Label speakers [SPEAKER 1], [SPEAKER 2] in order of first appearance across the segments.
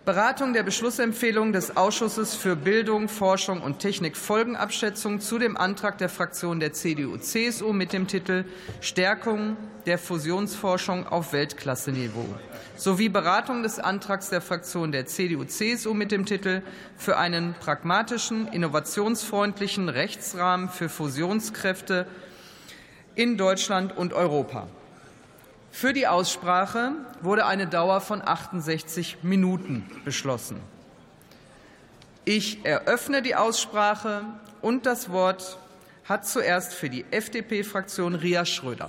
[SPEAKER 1] Beratung der Beschlussempfehlung des Ausschusses für Bildung, Forschung und Technikfolgenabschätzung zu dem Antrag der Fraktion der CDU-CSU mit dem Titel Stärkung der Fusionsforschung auf Weltklasseniveau sowie Beratung des Antrags der Fraktion der CDU-CSU mit dem Titel für einen pragmatischen, innovationsfreundlichen Rechtsrahmen für Fusionskräfte in Deutschland und Europa. Für die Aussprache wurde eine Dauer von 68 Minuten beschlossen. Ich eröffne die Aussprache, und das Wort hat zuerst für die FDP-Fraktion Ria Schröder.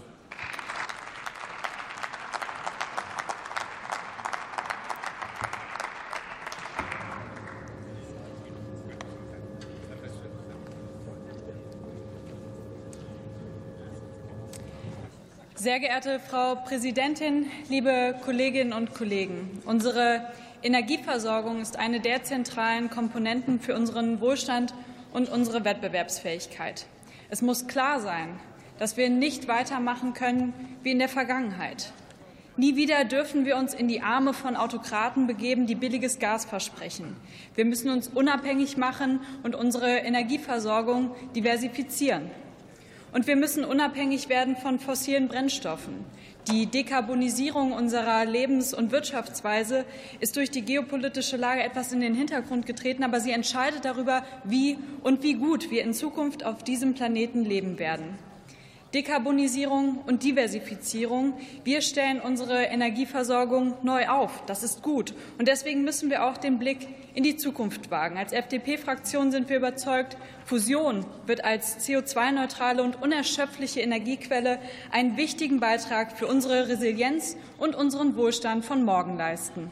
[SPEAKER 2] Sehr geehrte Frau Präsidentin, liebe Kolleginnen und Kollegen! Unsere Energieversorgung ist eine der zentralen Komponenten für unseren Wohlstand und unsere Wettbewerbsfähigkeit. Es muss klar sein, dass wir nicht weitermachen können wie in der Vergangenheit. Nie wieder dürfen wir uns in die Arme von Autokraten begeben, die billiges Gas versprechen. Wir müssen uns unabhängig machen und unsere Energieversorgung diversifizieren. Und wir müssen unabhängig werden von fossilen Brennstoffen. Die Dekarbonisierung unserer Lebens- und Wirtschaftsweise ist durch die geopolitische Lage etwas in den Hintergrund getreten, aber sie entscheidet darüber, wie gut wir in Zukunft auf diesem Planeten leben werden. Dekarbonisierung und Diversifizierung. Wir stellen unsere Energieversorgung neu auf. Das ist gut. Und deswegen müssen wir auch den Blick in die Zukunft wagen. Als FDP-Fraktion sind wir überzeugt, Fusion wird als CO2-neutrale und unerschöpfliche Energiequelle einen wichtigen Beitrag für unsere Resilienz und unseren Wohlstand von morgen leisten.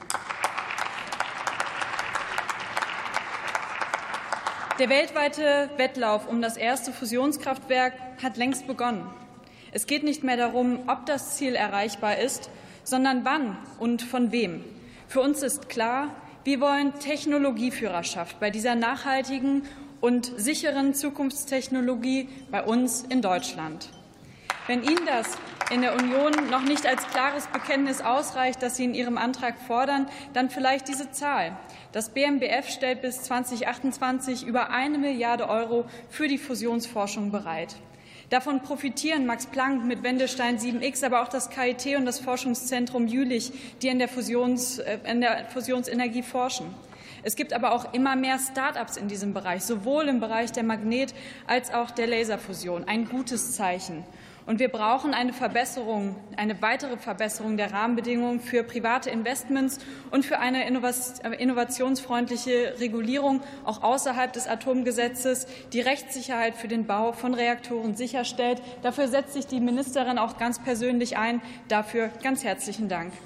[SPEAKER 2] Der weltweite Wettlauf um das erste Fusionskraftwerk hat längst begonnen. Es geht nicht mehr darum, ob das Ziel erreichbar ist, sondern wann und von wem. Für uns ist klar, wir wollen Technologieführerschaft bei dieser nachhaltigen und sicheren Zukunftstechnologie bei uns in Deutschland. Wenn Ihnen das in der Union noch nicht als klares Bekenntnis ausreicht, das Sie in Ihrem Antrag fordern, dann vielleicht diese Zahl. Das BMBF stellt bis 2028 über 1 Milliarde € für die Fusionsforschung bereit. Davon profitieren Max Planck mit Wendelstein 7X, aber auch das KIT und das Forschungszentrum Jülich, die in der Fusionsenergie forschen. Es gibt aber auch immer mehr Start-ups in diesem Bereich, sowohl im Bereich der Magnet- als auch der Laserfusion. Ein gutes Zeichen. Und wir brauchen eine weitere Verbesserung der Rahmenbedingungen für private Investments und für eine innovationsfreundliche Regulierung, auch außerhalb des Atomgesetzes, die Rechtssicherheit für den Bau von Reaktoren sicherstellt. Dafür setzt sich die Ministerin auch ganz persönlich ein. Dafür ganz herzlichen Dank.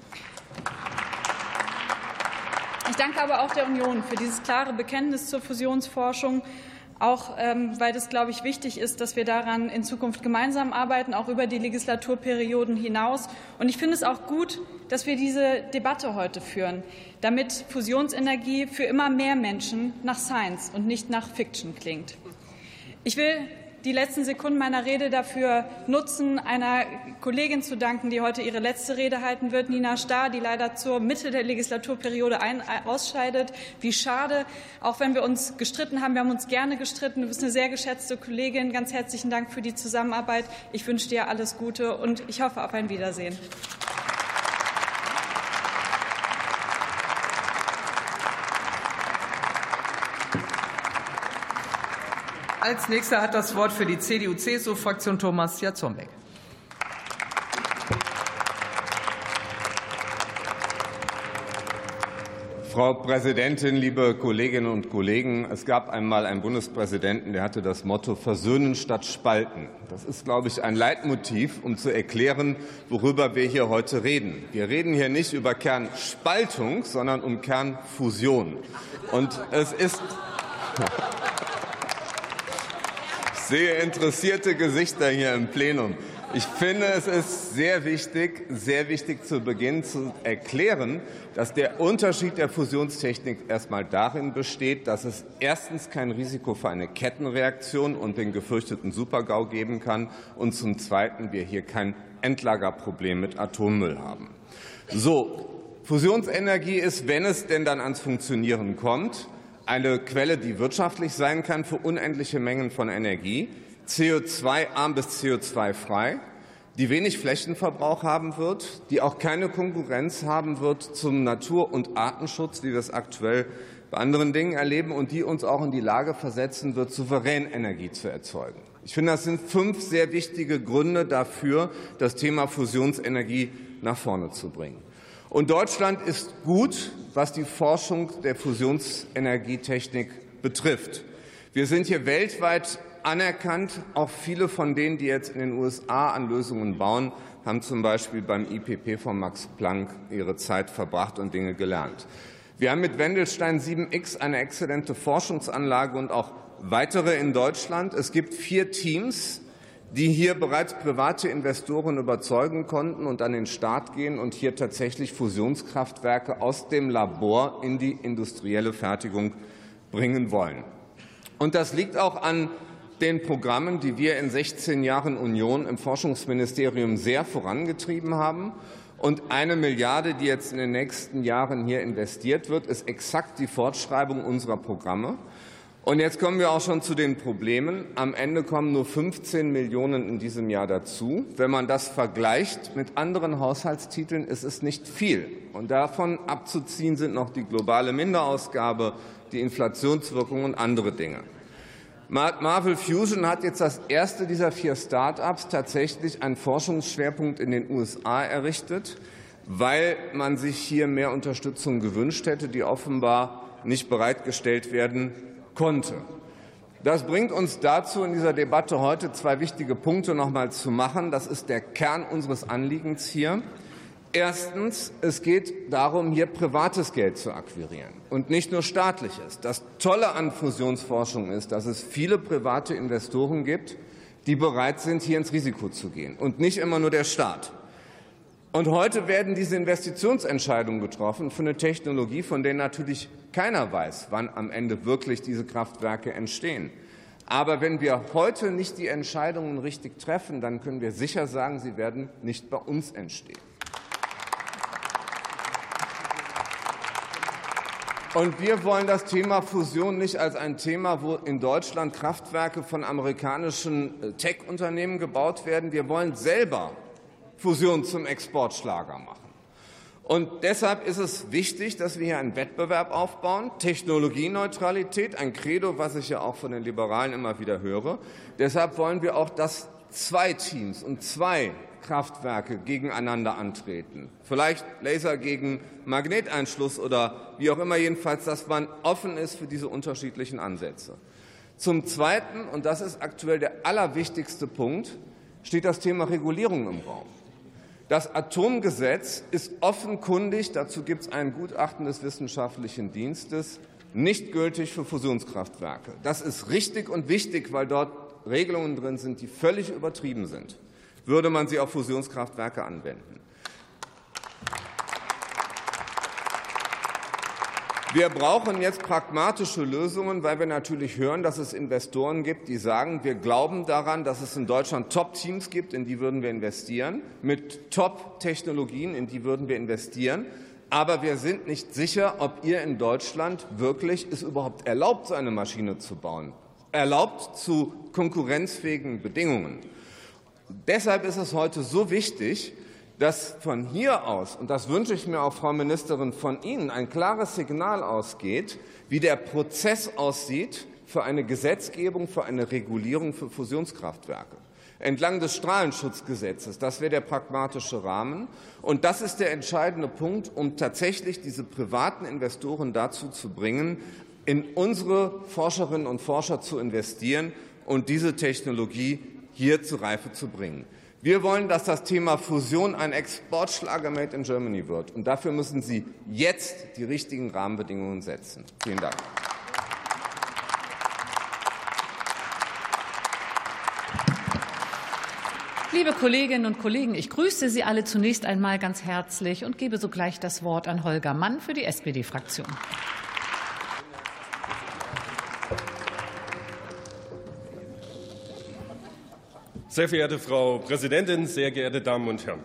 [SPEAKER 2] Ich danke aber auch der Union für dieses klare Bekenntnis zur Fusionsforschung. Auch weil es, glaube ich, wichtig ist, dass wir daran in Zukunft gemeinsam arbeiten, auch über die Legislaturperioden hinaus. Und ich finde es auch gut, dass wir diese Debatte heute führen, damit Fusionsenergie für immer mehr Menschen nach Science und nicht nach Fiction klingt. Ich will die letzten Sekunden meiner Rede dafür nutzen, einer Kollegin zu danken, die heute ihre letzte Rede halten wird, Nina Starr, die leider zur Mitte der Legislaturperiode ausscheidet. Wie schade, auch wenn wir uns gestritten haben. Wir haben uns gerne gestritten. Du bist eine sehr geschätzte Kollegin. Ganz herzlichen Dank für die Zusammenarbeit. Ich wünsche dir alles Gute und ich hoffe auf ein Wiedersehen.
[SPEAKER 1] Als Nächster hat das Wort für die CDU-CSU-Fraktion Thomas Jarzombeck.
[SPEAKER 3] Frau Präsidentin, liebe Kolleginnen und Kollegen! Es gab einmal einen Bundespräsidenten, der hatte das Motto Versöhnen statt Spalten. Das ist, glaube ich, ein Leitmotiv, um zu erklären, worüber wir hier heute reden. Wir reden hier nicht über Kernspaltung, sondern um Kernfusion. Und es ist Ich sehe interessierte Gesichter hier im Plenum. Ich finde, es ist sehr wichtig zu Beginn zu erklären, dass der Unterschied der Fusionstechnik erstmal darin besteht, dass es erstens kein Risiko für eine Kettenreaktion und den gefürchteten Supergau geben kann und zum Zweiten wir hier kein Endlagerproblem mit Atommüll haben. So. Fusionsenergie ist, wenn es denn dann ans Funktionieren kommt, eine Quelle, die wirtschaftlich sein kann für unendliche Mengen von Energie, CO2-arm bis CO2-frei, die wenig Flächenverbrauch haben wird, die auch keine Konkurrenz haben wird zum Natur- und Artenschutz, wie wir es aktuell bei anderen Dingen erleben, und die uns auch in die Lage versetzen wird, souverän Energie zu erzeugen. Ich finde, das sind 5 sehr wichtige Gründe dafür, das Thema Fusionsenergie nach vorne zu bringen. Und Deutschland ist gut, was die Forschung der Fusionsenergietechnik betrifft. Wir sind hier weltweit anerkannt. Auch viele von denen, die jetzt in den USA an Lösungen bauen, haben zum Beispiel beim IPP von Max Planck ihre Zeit verbracht und Dinge gelernt. Wir haben mit Wendelstein 7X eine exzellente Forschungsanlage und auch weitere in Deutschland. Es gibt 4 Teams, die hier bereits private Investoren überzeugen konnten und an den Start gehen und hier tatsächlich Fusionskraftwerke aus dem Labor in die industrielle Fertigung bringen wollen. Und das liegt auch an den Programmen, die wir in 16 Jahren Union im Forschungsministerium sehr vorangetrieben haben. Und 1 Milliarde, die jetzt in den nächsten Jahren hier investiert wird, ist exakt die Fortschreibung unserer Programme. Und jetzt kommen wir auch schon zu den Problemen. Am Ende kommen nur 15 Millionen in diesem Jahr dazu. Wenn man das vergleicht mit anderen Haushaltstiteln, ist es nicht viel. Und davon abzuziehen sind noch die globale Minderausgabe, die Inflationswirkung und andere Dinge. Marvel Fusion hat jetzt das erste dieser 4 Start-ups tatsächlich einen Forschungsschwerpunkt in den USA errichtet, weil man sich hier mehr Unterstützung gewünscht hätte, die offenbar nicht bereitgestellt werden konnte. Das bringt uns dazu, in dieser Debatte heute 2 wichtige Punkte noch einmal zu machen. Das ist der Kern unseres Anliegens hier. Erstens, es geht darum, hier privates Geld zu akquirieren und nicht nur staatliches. Das Tolle an Fusionsforschung ist, dass es viele private Investoren gibt, die bereit sind, hier ins Risiko zu gehen und nicht immer nur der Staat. Und heute werden diese Investitionsentscheidungen getroffen für eine Technologie, von der natürlich keiner weiß, wann am Ende wirklich diese Kraftwerke entstehen. Aber wenn wir heute nicht die Entscheidungen richtig treffen, dann können wir sicher sagen, sie werden nicht bei uns entstehen. Und wir wollen das Thema Fusion nicht als ein Thema, wo in Deutschland Kraftwerke von amerikanischen Tech-Unternehmen gebaut werden. Wir wollen selber Fusion zum Exportschlager machen. Und deshalb ist es wichtig, dass wir hier einen Wettbewerb aufbauen, Technologieneutralität, ein Credo, was ich ja auch von den Liberalen immer wieder höre. Deshalb wollen wir auch, dass 2 Teams und 2 Kraftwerke gegeneinander antreten. Vielleicht Laser gegen Magneteinschluss oder wie auch immer, jedenfalls, dass man offen ist für diese unterschiedlichen Ansätze. Zum Zweiten, und das ist aktuell der allerwichtigste Punkt, steht das Thema Regulierung im Raum. Das Atomgesetz ist offenkundig, dazu gibt es ein Gutachten des Wissenschaftlichen Dienstes, nicht gültig für Fusionskraftwerke. Das ist richtig und wichtig, weil dort Regelungen drin sind, die völlig übertrieben sind, würde man sie auf Fusionskraftwerke anwenden. Wir brauchen jetzt pragmatische Lösungen, weil wir natürlich hören, dass es Investoren gibt, die sagen, wir glauben daran, dass es in Deutschland Top-Teams gibt, in die würden wir investieren, mit Top-Technologien, in die würden wir investieren. Aber wir sind nicht sicher, ob ihr in Deutschland wirklich es überhaupt erlaubt, so eine Maschine zu bauen. Erlaubt zu konkurrenzfähigen Bedingungen. Deshalb ist es heute so wichtig, dass von hier aus, und das wünsche ich mir auch, Frau Ministerin, von Ihnen ein klares Signal ausgeht, wie der Prozess aussieht für eine Gesetzgebung, für eine Regulierung für Fusionskraftwerke. Entlang des Strahlenschutzgesetzes, das wäre der pragmatische Rahmen. Und das ist der entscheidende Punkt, um tatsächlich diese privaten Investoren dazu zu bringen, in unsere Forscherinnen und Forscher zu investieren und diese Technologie hier zur Reife zu bringen. Wir wollen, dass das Thema Fusion ein Exportschlager made in Germany wird. Und dafür müssen Sie jetzt die richtigen Rahmenbedingungen setzen. Vielen Dank.
[SPEAKER 4] Liebe Kolleginnen und Kollegen, ich grüße Sie alle zunächst einmal ganz herzlich und gebe sogleich das Wort an Holger Mann für die SPD-Fraktion.
[SPEAKER 5] Sehr verehrte Frau Präsidentin, sehr geehrte Damen und Herren!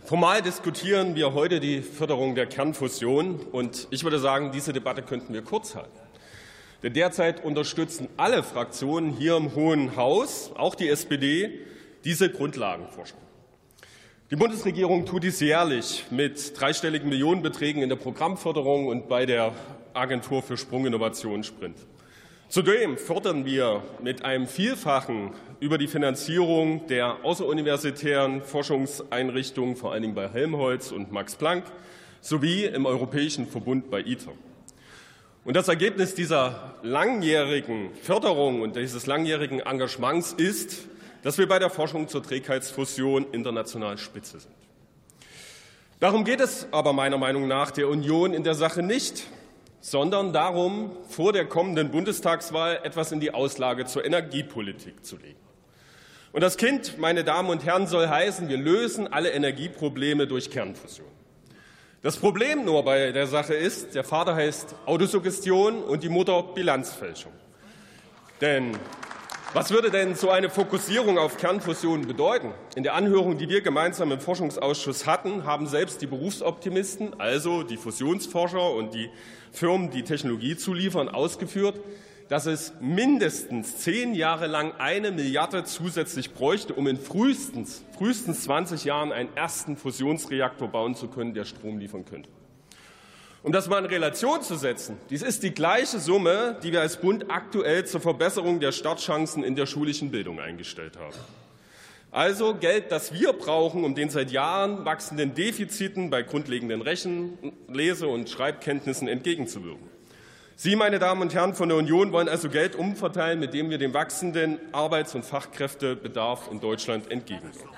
[SPEAKER 5] Formal diskutieren wir heute die Förderung der Kernfusion. Und ich würde sagen, diese Debatte könnten wir kurz halten. Denn derzeit unterstützen alle Fraktionen hier im Hohen Haus, auch die SPD, diese Grundlagenforschung. Die Bundesregierung tut dies jährlich mit dreistelligen Millionenbeträgen in der Programmförderung und bei der Agentur für Sprunginnovation Sprint. Zudem fördern wir mit einem Vielfachen über die Finanzierung der außeruniversitären Forschungseinrichtungen, vor allen Dingen bei Helmholtz und Max Planck, sowie im Europäischen Verbund bei ITER. Und das Ergebnis dieser langjährigen Förderung und dieses langjährigen Engagements ist, dass wir bei der Forschung zur Trägheitsfusion international Spitze sind. Darum geht es aber meiner Meinung nach der Union in der Sache nicht, sondern darum, vor der kommenden Bundestagswahl etwas in die Auslage zur Energiepolitik zu legen. Und das Kind, meine Damen und Herren, soll heißen, wir lösen alle Energieprobleme durch Kernfusion. Das Problem nur bei der Sache ist, der Vater heißt Autosuggestion und die Mutter Bilanzfälschung. Denn was würde denn so eine Fokussierung auf Kernfusion bedeuten? In der Anhörung, die wir gemeinsam im Forschungsausschuss hatten, haben selbst die Berufsoptimisten, also die Fusionsforscher und die Firmen, die Technologie zuliefern, ausgeführt, dass es mindestens 10 Jahre lang 1 Milliarde zusätzlich bräuchte, um in frühestens 20 Jahren einen ersten Fusionsreaktor bauen zu können, der Strom liefern könnte. Um das mal in Relation zu setzen, dies ist die gleiche Summe, die wir als Bund aktuell zur Verbesserung der Startchancen in der schulischen Bildung eingestellt haben. Also Geld, das wir brauchen, um den seit Jahren wachsenden Defiziten bei grundlegenden Lese- und Schreibkenntnissen entgegenzuwirken. Sie, meine Damen und Herren von der Union, wollen also Geld umverteilen, mit dem wir dem wachsenden Arbeits- und Fachkräftebedarf in Deutschland entgegenwirken.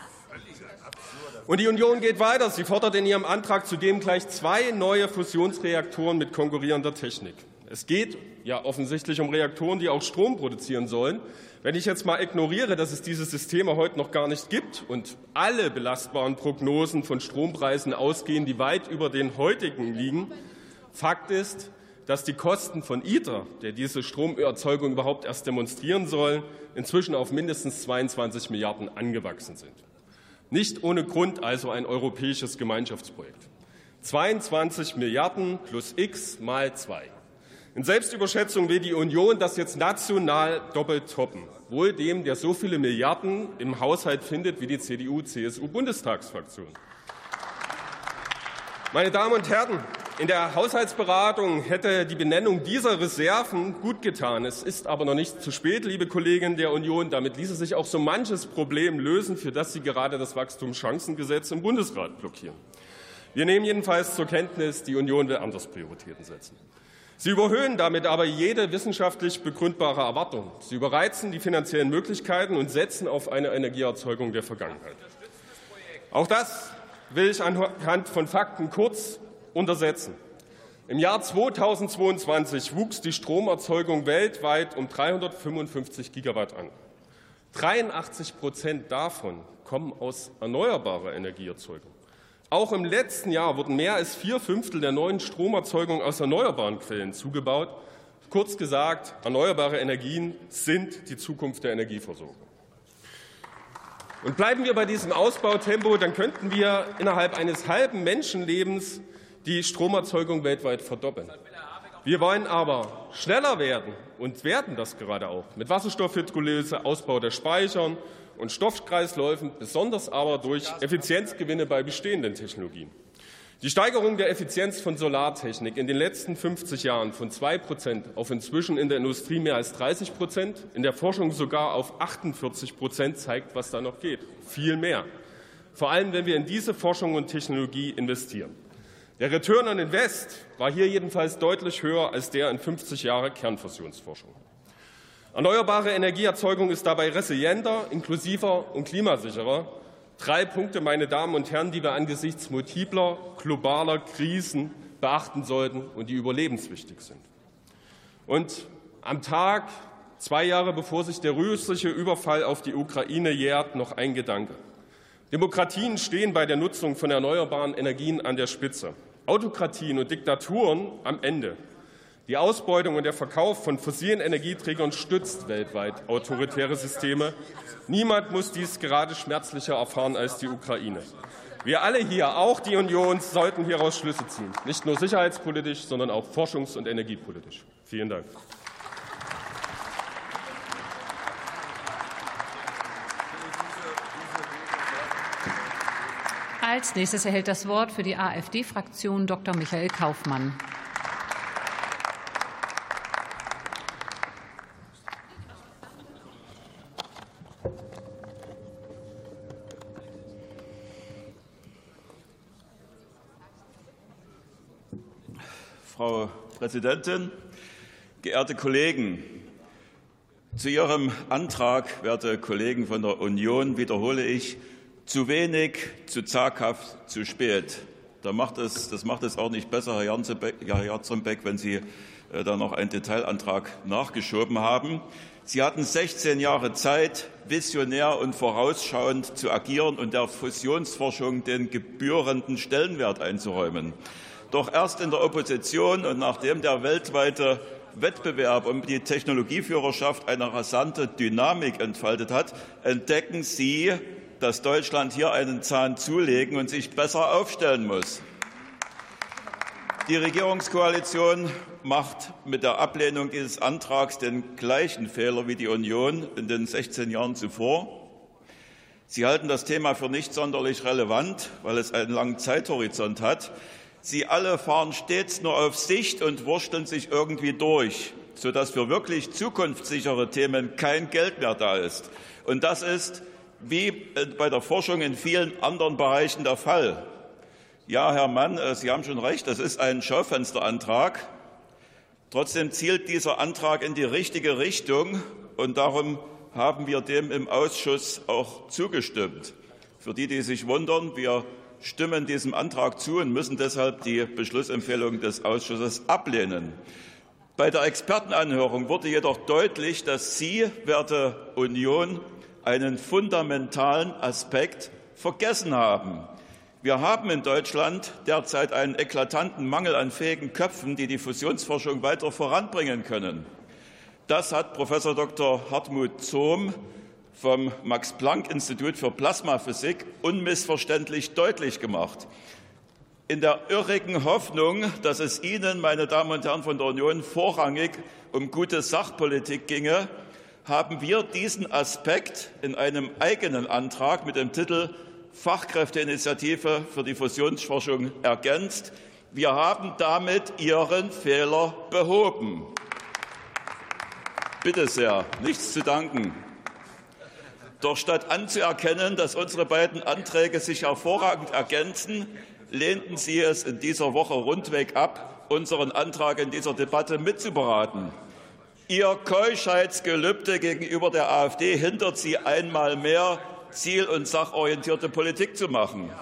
[SPEAKER 5] Und die Union geht weiter. Sie fordert in ihrem Antrag zudem gleich 2 neue Fusionsreaktoren mit konkurrierender Technik. Es geht ja offensichtlich um Reaktoren, die auch Strom produzieren sollen. Wenn ich jetzt mal ignoriere, dass es diese Systeme heute noch gar nicht gibt und alle belastbaren Prognosen von Strompreisen ausgehen, die weit über den heutigen liegen, Fakt ist, dass die Kosten von ITER, der diese Stromerzeugung überhaupt erst demonstrieren soll, inzwischen auf mindestens 22 Milliarden angewachsen sind. Nicht ohne Grund also ein europäisches Gemeinschaftsprojekt. 22 Milliarden plus X mal 2. In Selbstüberschätzung will die Union das jetzt national doppelt toppen. Wohl dem, der so viele Milliarden im Haushalt findet wie die CDU-CSU-Bundestagsfraktion. Meine Damen und Herren, in der Haushaltsberatung hätte die Benennung dieser Reserven gut getan. Es ist aber noch nicht zu spät, liebe Kolleginnen der Union. Damit ließe sich auch so manches Problem lösen, für das Sie gerade das Wachstumschancengesetz im Bundesrat blockieren. Wir nehmen jedenfalls zur Kenntnis, die Union will anders Prioritäten setzen. Sie überhöhen damit aber jede wissenschaftlich begründbare Erwartung. Sie überreizen die finanziellen Möglichkeiten und setzen auf eine Energieerzeugung der Vergangenheit. Auch das will ich anhand von Fakten kurz untersetzen. Im Jahr 2022 wuchs die Stromerzeugung weltweit um 355 Gigawatt an. 83% davon kommen aus erneuerbarer Energieerzeugung. Auch im letzten Jahr wurden mehr als 4/5 der neuen Stromerzeugung aus erneuerbaren Quellen zugebaut. Kurz gesagt, erneuerbare Energien sind die Zukunft der Energieversorgung. Und bleiben wir bei diesem Ausbautempo, dann könnten wir innerhalb eines halben Menschenlebens die Stromerzeugung weltweit verdoppeln. Wir wollen aber schneller werden und werden das gerade auch mit Wasserstoffhydrolyse, Ausbau der Speichern und Stoffkreisläufen, besonders aber durch Effizienzgewinne bei bestehenden Technologien. Die Steigerung der Effizienz von Solartechnik in den letzten 50 Jahren von 2% auf inzwischen in der Industrie mehr als 30%, in der Forschung sogar auf 48% zeigt, was da noch geht. Viel mehr. Vor allem, wenn wir in diese Forschung und Technologie investieren. Der Return on Invest war hier jedenfalls deutlich höher als der in 50 Jahre Kernfusionsforschung. Erneuerbare Energieerzeugung ist dabei resilienter, inklusiver und klimasicherer. 3 Punkte, meine Damen und Herren, die wir angesichts multipler globaler Krisen beachten sollten und die überlebenswichtig sind. Und am Tag, 2 Jahre bevor sich der russische Überfall auf die Ukraine jährt, noch ein Gedanke. Demokratien stehen bei der Nutzung von erneuerbaren Energien an der Spitze, Autokratien und Diktaturen am Ende. Die Ausbeutung und der Verkauf von fossilen Energieträgern stützt weltweit autoritäre Systeme. Niemand muss dies gerade schmerzlicher erfahren als die Ukraine. Wir alle hier, auch die Union, sollten hieraus Schlüsse ziehen. Nicht nur sicherheitspolitisch, sondern auch forschungs- und energiepolitisch. Vielen Dank.
[SPEAKER 4] Als nächstes erhält das Wort für die AfD-Fraktion Dr. Michael Kaufmann.
[SPEAKER 6] Frau Präsidentin, geehrte Kollegen! Zu Ihrem Antrag, werte Kollegen von der Union, wiederhole ich: zu wenig, zu zaghaft, zu spät. Das macht es auch nicht besser, Herr Jarzenbeck, wenn Sie da noch einen Detailantrag nachgeschoben haben. Sie hatten 16 Jahre Zeit, visionär und vorausschauend zu agieren und der Fusionsforschung den gebührenden Stellenwert einzuräumen. Doch erst in der Opposition und nachdem der weltweite Wettbewerb um die Technologieführerschaft eine rasante Dynamik entfaltet hat, entdecken Sie, dass Deutschland hier einen Zahn zulegen und sich besser aufstellen muss. Die Regierungskoalition macht mit der Ablehnung dieses Antrags den gleichen Fehler wie die Union in den 16 Jahren zuvor. Sie halten das Thema für nicht sonderlich relevant, weil es einen langen Zeithorizont hat. Sie alle fahren stets nur auf Sicht und wursteln sich irgendwie durch, sodass für wirklich zukunftssichere Themen kein Geld mehr da ist. Und das ist wie bei der Forschung in vielen anderen Bereichen der Fall. Ja, Herr Mann, Sie haben schon recht, das ist ein Schaufensterantrag. Trotzdem zielt dieser Antrag in die richtige Richtung, und darum haben wir dem im Ausschuss auch zugestimmt. Für die, die sich wundern, wir stimmen diesem Antrag zu und müssen deshalb die Beschlussempfehlung des Ausschusses ablehnen. Bei der Expertenanhörung wurde jedoch deutlich, dass Sie, werte Union, einen fundamentalen Aspekt vergessen haben. Wir haben in Deutschland derzeit einen eklatanten Mangel an fähigen Köpfen, die die Fusionsforschung weiter voranbringen können. Das hat Professor Dr. Hartmut Zohm vom Max-Planck-Institut für Plasmaphysik unmissverständlich deutlich gemacht. In der irrigen Hoffnung, dass es Ihnen, meine Damen und Herren von der Union, vorrangig um gute Sachpolitik ginge, haben wir diesen Aspekt in einem eigenen Antrag mit dem Titel Fachkräfteinitiative für die Fusionsforschung ergänzt. Wir haben damit Ihren Fehler behoben. Bitte sehr, nichts zu danken. Doch statt anzuerkennen, dass unsere beiden Anträge sich hervorragend ergänzen, lehnten Sie es in dieser Woche rundweg ab, unseren Antrag in dieser Debatte mitzuberaten. Ihr Keuschheitsgelübde gegenüber der AfD hindert Sie einmal mehr, ziel- und sachorientierte Politik zu machen.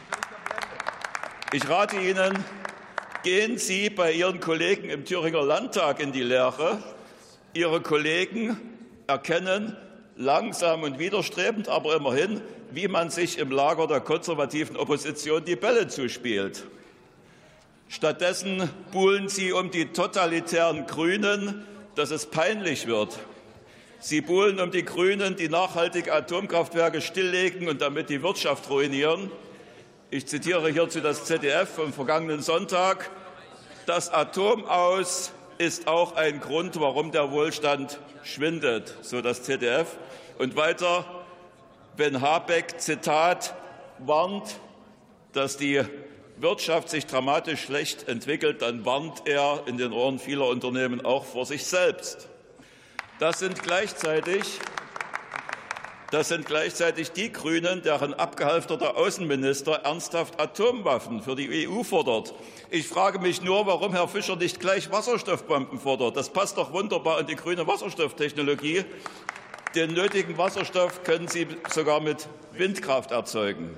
[SPEAKER 6] Ich rate Ihnen, gehen Sie bei Ihren Kollegen im Thüringer Landtag in die Lehre. Ihre Kollegen erkennen langsam und widerstrebend, aber immerhin, wie man sich im Lager der konservativen Opposition die Bälle zuspielt. Stattdessen buhlen Sie um die totalitären Grünen, dass es peinlich wird. Sie buhlen um die Grünen, die nachhaltig Atomkraftwerke stilllegen und damit die Wirtschaft ruinieren. Ich zitiere hierzu das ZDF vom vergangenen Sonntag: Das Atomaus ist auch ein Grund, warum der Wohlstand schwindet, so das ZDF. Und weiter, wenn Habeck, Zitat, warnt, dass die Wirtschaft sich dramatisch schlecht entwickelt, dann warnt er in den Ohren vieler Unternehmen auch vor sich selbst. Das sind gleichzeitig die Grünen, deren abgehalfterter Außenminister ernsthaft Atomwaffen für die EU fordert. Ich frage mich nur, warum Herr Fischer nicht gleich Wasserstoffbomben fordert. Das passt doch wunderbar in die grüne Wasserstofftechnologie. Den nötigen Wasserstoff können Sie sogar mit Windkraft erzeugen.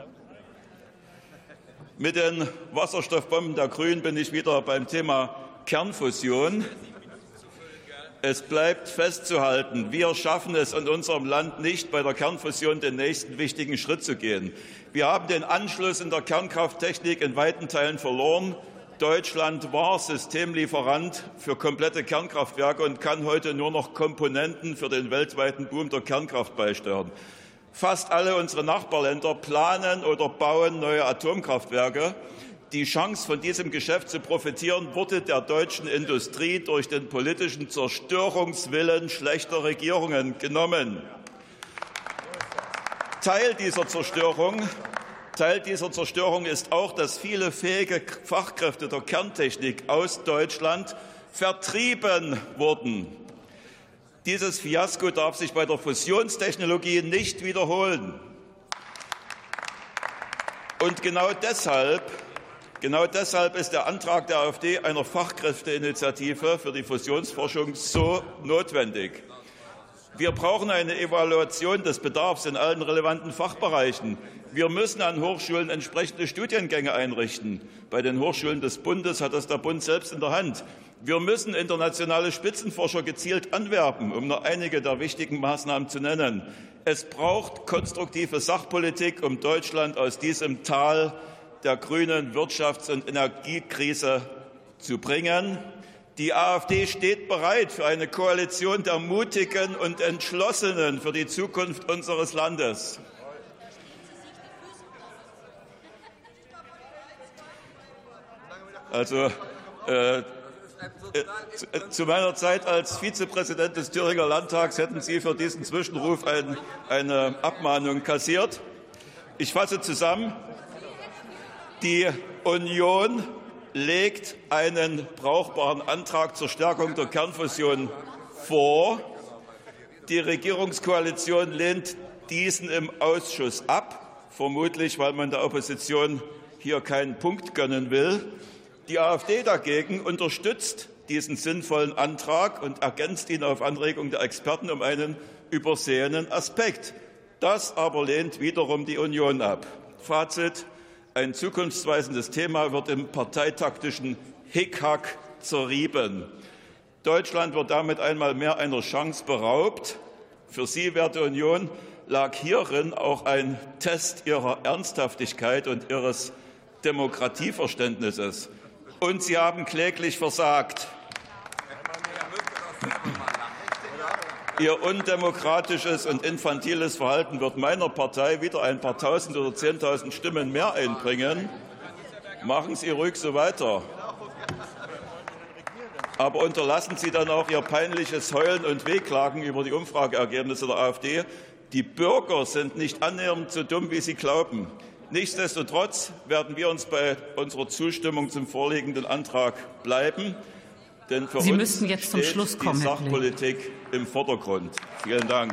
[SPEAKER 6] Mit den Wasserstoffbomben der Grünen bin ich wieder beim Thema Kernfusion. Es bleibt festzuhalten, wir schaffen es in unserem Land nicht, bei der Kernfusion den nächsten wichtigen Schritt zu gehen. Wir haben den Anschluss in der Kernkrafttechnik in weiten Teilen verloren. Deutschland war Systemlieferant für komplette Kernkraftwerke und kann heute nur noch Komponenten für den weltweiten Boom der Kernkraft beisteuern. Fast alle unsere Nachbarländer planen oder bauen neue Atomkraftwerke. Die Chance, von diesem Geschäft zu profitieren, wurde der deutschen Industrie durch den politischen Zerstörungswillen schlechter Regierungen genommen. Teil dieser Zerstörung ist auch, dass viele fähige Fachkräfte der Kerntechnik aus Deutschland vertrieben wurden. Dieses Fiasko darf sich bei der Fusionstechnologie nicht wiederholen. Und genau deshalb ist der Antrag der AfD einer Fachkräfteinitiative für die Fusionsforschung so notwendig. Wir brauchen eine Evaluation des Bedarfs in allen relevanten Fachbereichen. Wir müssen an Hochschulen entsprechende Studiengänge einrichten. Bei den Hochschulen des Bundes hat das der Bund selbst in der Hand. Wir müssen internationale Spitzenforscher gezielt anwerben, um nur einige der wichtigen Maßnahmen zu nennen. Es braucht konstruktive Sachpolitik, um Deutschland aus diesem Tal der grünen Wirtschafts- und Energiekrise zu bringen. Die AfD steht bereit für eine Koalition der Mutigen und Entschlossenen für die Zukunft unseres Landes. Also zu meiner Zeit als Vizepräsident des Thüringer Landtags hätten Sie für diesen Zwischenruf eine Abmahnung kassiert. Ich fasse zusammen. Die Union legt einen brauchbaren Antrag zur Stärkung der Kernfusion vor. Die Regierungskoalition lehnt diesen im Ausschuss ab, vermutlich weil man der Opposition hier keinen Punkt gönnen will. Die AfD dagegen unterstützt diesen sinnvollen Antrag und ergänzt ihn auf Anregung der Experten um einen übersehenen Aspekt. Das aber lehnt wiederum die Union ab. Fazit: Ein zukunftsweisendes Thema wird im parteitaktischen Hickhack zerrieben. Deutschland wird damit einmal mehr einer Chance beraubt. Für Sie, werte Union, lag hierin auch ein Test Ihrer Ernsthaftigkeit und Ihres Demokratieverständnisses. Und Sie haben kläglich versagt. Ihr undemokratisches und infantiles Verhalten wird meiner Partei wieder ein paar Tausend oder 10.000 Stimmen mehr einbringen. Machen Sie ruhig so weiter. Aber unterlassen Sie dann auch Ihr peinliches Heulen und Wehklagen über die Umfrageergebnisse der AfD. Die Bürger sind nicht annähernd so dumm, wie Sie glauben. Nichtsdestotrotz werden wir uns bei unserer Zustimmung zum vorliegenden Antrag bleiben. Denn für
[SPEAKER 4] Sie
[SPEAKER 6] uns
[SPEAKER 4] müssten jetzt zum Schluss kommen,
[SPEAKER 6] die Sachpolitik im Vordergrund. Vielen Dank.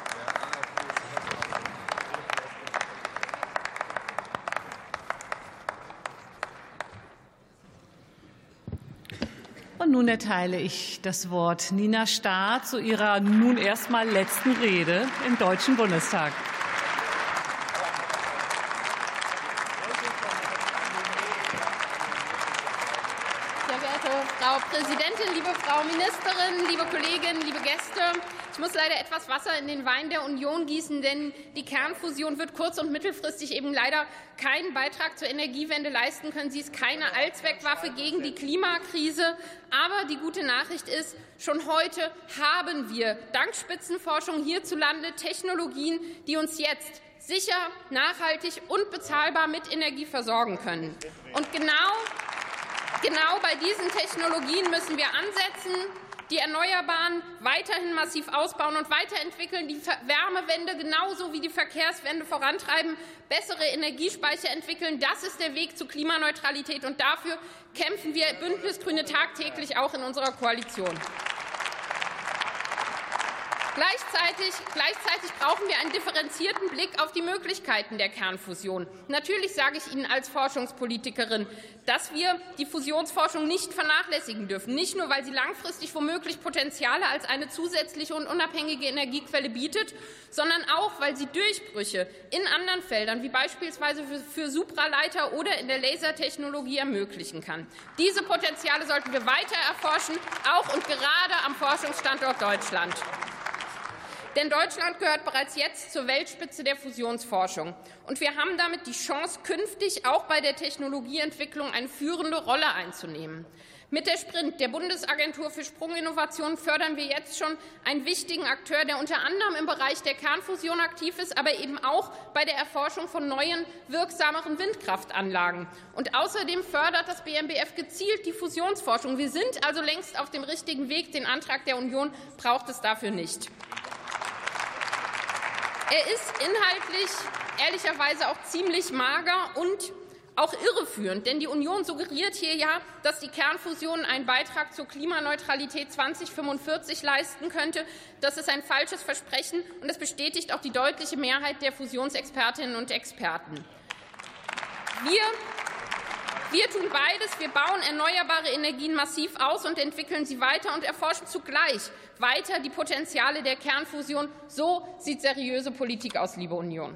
[SPEAKER 4] Und nun erteile ich das Wort Nina Starr zu ihrer nun erstmal letzten Rede im Deutschen Bundestag.
[SPEAKER 7] Frau Präsidentin, liebe Frau Ministerin, liebe Kolleginnen, liebe Gäste! Ich muss leider etwas Wasser in den Wein der Union gießen, denn die Kernfusion wird kurz- und mittelfristig eben leider keinen Beitrag zur Energiewende leisten können. Sie ist keine Allzweckwaffe gegen die Klimakrise. Aber die gute Nachricht ist, schon heute haben wir dank Spitzenforschung hierzulande Technologien, die uns jetzt sicher, nachhaltig und bezahlbar mit Energie versorgen können. Und genau bei diesen Technologien müssen wir ansetzen, die Erneuerbaren weiterhin massiv ausbauen und weiterentwickeln, die Wärmewende genauso wie die Verkehrswende vorantreiben, bessere Energiespeicher entwickeln. Das ist der Weg zur Klimaneutralität, und dafür kämpfen wir Bündnisgrüne tagtäglich auch in unserer Koalition. Gleichzeitig brauchen wir einen differenzierten Blick auf die Möglichkeiten der Kernfusion. Natürlich sage ich Ihnen als Forschungspolitikerin, dass wir die Fusionsforschung nicht vernachlässigen dürfen. Nicht nur, weil sie langfristig womöglich Potenziale als eine zusätzliche und unabhängige Energiequelle bietet, sondern auch, weil sie Durchbrüche in anderen Feldern, wie beispielsweise für Supraleiter oder in der Lasertechnologie, ermöglichen kann. Diese Potenziale sollten wir weiter erforschen, auch und gerade am Forschungsstandort Deutschland. Denn Deutschland gehört bereits jetzt zur Weltspitze der Fusionsforschung. Und wir haben damit die Chance, künftig auch bei der Technologieentwicklung eine führende Rolle einzunehmen. Mit der Sprint, der Bundesagentur für Sprunginnovation, fördern wir jetzt schon einen wichtigen Akteur, der unter anderem im Bereich der Kernfusion aktiv ist, aber eben auch bei der Erforschung von neuen, wirksameren Windkraftanlagen. Und außerdem fördert das BMBF gezielt die Fusionsforschung. Wir sind also längst auf dem richtigen Weg. Den Antrag der Union braucht es dafür nicht. Er ist inhaltlich ehrlicherweise auch ziemlich mager und auch irreführend, denn die Union suggeriert hier ja, dass die Kernfusion einen Beitrag zur Klimaneutralität 2045 leisten könnte. Das ist ein falsches Versprechen, und das bestätigt auch die deutliche Mehrheit der Fusionsexpertinnen und Experten. Wir tun beides. Wir bauen erneuerbare Energien massiv aus und entwickeln sie weiter und erforschen zugleich weiter die Potenziale der Kernfusion. So sieht seriöse Politik aus, liebe Union.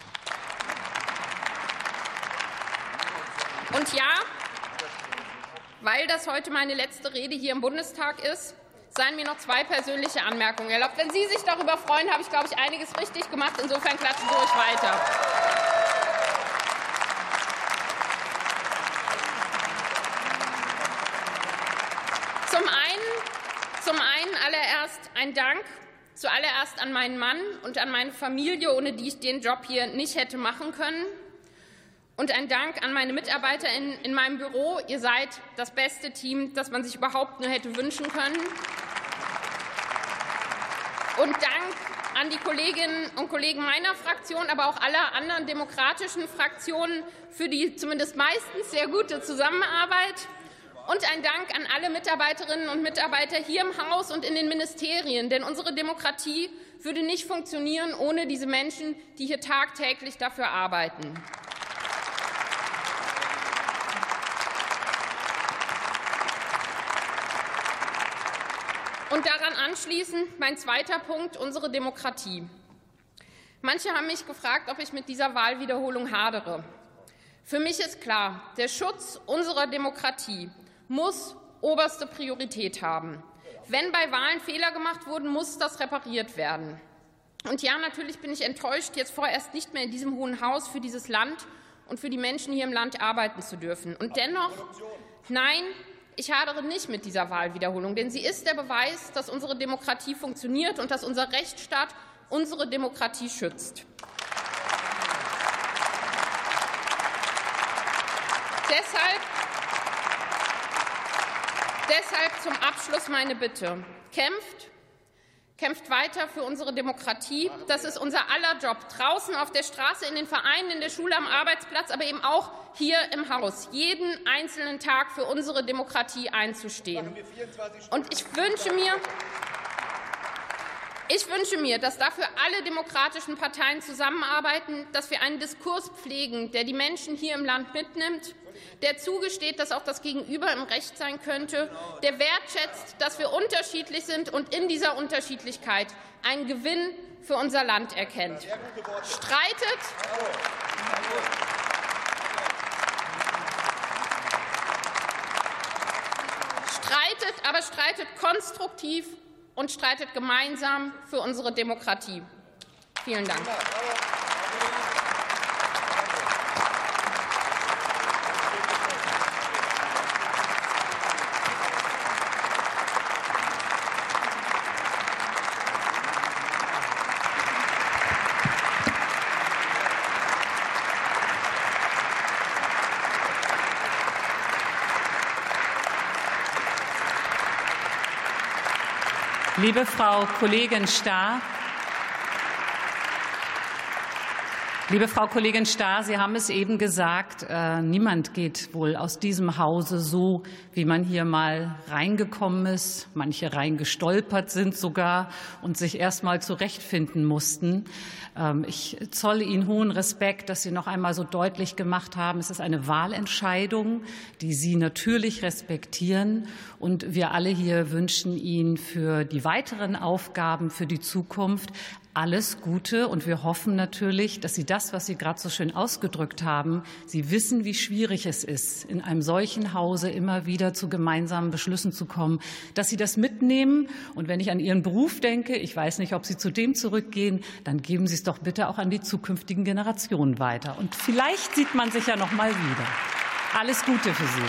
[SPEAKER 7] Und ja, weil das heute meine letzte Rede hier im Bundestag ist, seien mir noch 2 persönliche Anmerkungen erlaubt. Wenn Sie sich darüber freuen, habe ich, glaube ich, einiges richtig gemacht. Insofern klatschen Sie ruhig weiter. Zum einen allererst ein Dank zuallererst an meinen Mann und an meine Familie, ohne die ich den Job hier nicht hätte machen können. Und ein Dank an meine Mitarbeiter in meinem Büro. Ihr seid das beste Team, das man sich überhaupt nur hätte wünschen können. Und Dank an die Kolleginnen und Kollegen meiner Fraktion, aber auch aller anderen demokratischen Fraktionen für die zumindest meistens sehr gute Zusammenarbeit. Und ein Dank an alle Mitarbeiterinnen und Mitarbeiter hier im Haus und in den Ministerien. Denn unsere Demokratie würde nicht funktionieren ohne diese Menschen, die hier tagtäglich dafür arbeiten. Und daran anschließend mein zweiter Punkt, unsere Demokratie. Manche haben mich gefragt, ob ich mit dieser Wahlwiederholung hadere. Für mich ist klar, der Schutz unserer Demokratie muss oberste Priorität haben. Wenn bei Wahlen Fehler gemacht wurden, muss das repariert werden. Und ja, natürlich bin ich enttäuscht, jetzt vorerst nicht mehr in diesem Hohen Haus für dieses Land und für die Menschen hier im Land arbeiten zu dürfen. Und dennoch, nein, ich hadere nicht mit dieser Wahlwiederholung, denn sie ist der Beweis, dass unsere Demokratie funktioniert und dass unser Rechtsstaat unsere Demokratie schützt. Deshalb zum Abschluss meine Bitte. Kämpft weiter für unsere Demokratie. Das ist unser aller Job. Draußen auf der Straße, in den Vereinen, in der Schule, am Arbeitsplatz, aber eben auch hier im Haus. Jeden einzelnen Tag für unsere Demokratie einzustehen. Und ich wünsche mir, dass dafür alle demokratischen Parteien zusammenarbeiten, dass wir einen Diskurs pflegen, der die Menschen hier im Land mitnimmt, der zugesteht, dass auch das Gegenüber im Recht sein könnte, der wertschätzt, dass wir unterschiedlich sind und in dieser Unterschiedlichkeit einen Gewinn für unser Land erkennt. Streitet konstruktiv und streitet gemeinsam für unsere Demokratie. Vielen Dank.
[SPEAKER 4] Liebe Frau Kollegin Stahr, Sie haben es eben gesagt, niemand geht wohl aus diesem Hause so, wie man hier mal reingekommen ist. Manche reingestolpert sind sogar und sich erst mal zurechtfinden mussten. Ich zolle Ihnen hohen Respekt, dass Sie noch einmal so deutlich gemacht haben, es ist eine Wahlentscheidung, die Sie natürlich respektieren. Und wir alle hier wünschen Ihnen für die weiteren Aufgaben für die Zukunft alles Gute, und wir hoffen natürlich, dass Sie das, was Sie gerade so schön ausgedrückt haben, Sie wissen, wie schwierig es ist, in einem solchen Hause immer wieder zu gemeinsamen Beschlüssen zu kommen, dass Sie das mitnehmen. Und wenn ich an Ihren Beruf denke, ich weiß nicht, ob Sie zu dem zurückgehen, dann geben Sie es doch bitte auch an die zukünftigen Generationen weiter. Und vielleicht sieht man sich ja noch mal wieder. Alles Gute für Sie.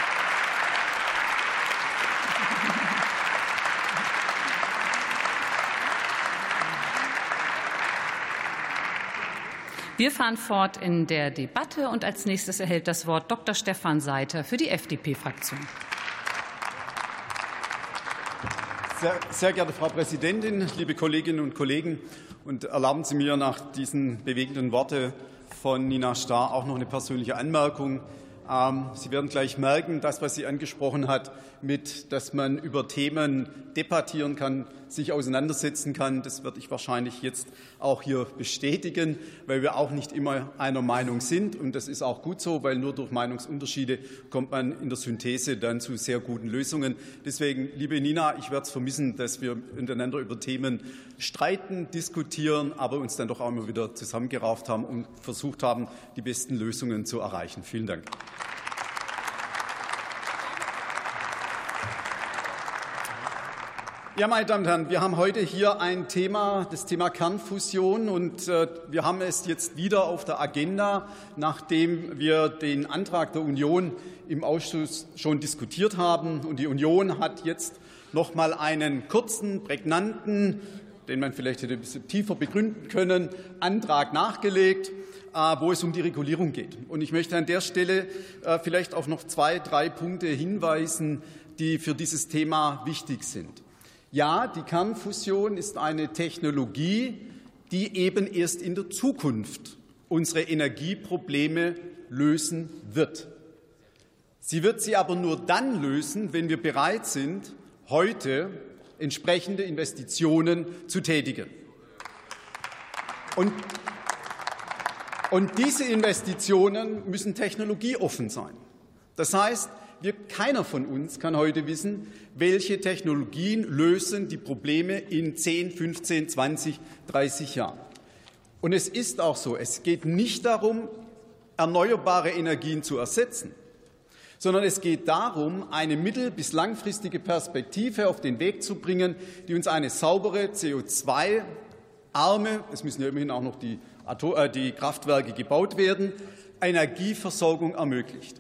[SPEAKER 4] Wir fahren fort in der Debatte, und als nächstes erhält das Wort Dr. Stefan Seiter für die FDP-Fraktion.
[SPEAKER 8] Sehr geehrte Frau Präsidentin, liebe Kolleginnen und Kollegen, und erlauben Sie mir nach diesen bewegenden Worten von Nina Starr auch noch eine persönliche Anmerkung. Sie werden gleich merken, das, was sie angesprochen hat, dass man über Themen debattieren kann, sich auseinandersetzen kann, das werde ich wahrscheinlich jetzt auch hier bestätigen, weil wir auch nicht immer einer Meinung sind. Und das ist auch gut so, weil nur durch Meinungsunterschiede kommt man in der Synthese dann zu sehr guten Lösungen. Deswegen, liebe Nina, ich werde es vermissen, dass wir miteinander über Themen streiten, diskutieren, aber uns dann doch auch immer wieder zusammengerauft haben und versucht haben, die besten Lösungen zu erreichen. Vielen Dank. Ja, meine Damen und Herren, wir haben heute hier ein Thema, das Thema Kernfusion, und wir haben es jetzt wieder auf der Agenda, nachdem wir den Antrag der Union im Ausschuss schon diskutiert haben. Und die Union hat jetzt noch mal einen kurzen, prägnanten, den man vielleicht hätte ein bisschen tiefer begründen können, Antrag nachgelegt, wo es um die Regulierung geht. Und ich möchte an der Stelle vielleicht auf noch 2, 3 Punkte hinweisen, die für dieses Thema wichtig sind. Ja, die Kernfusion ist eine Technologie, die eben erst in der Zukunft unsere Energieprobleme lösen wird. Sie wird sie aber nur dann lösen, wenn wir bereit sind, heute entsprechende Investitionen zu tätigen. Und diese Investitionen müssen technologieoffen sein. Das heißt, keiner von uns kann heute wissen, welche Technologien lösen die Probleme in 10, 15, 20, 30 Jahren. Und es ist auch so, es geht nicht darum, erneuerbare Energien zu ersetzen, sondern es geht darum, eine mittel- bis langfristige Perspektive auf den Weg zu bringen, die uns eine saubere, CO2-arme, es müssen ja immerhin auch noch die Kraftwerke gebaut werden, Energieversorgung ermöglicht.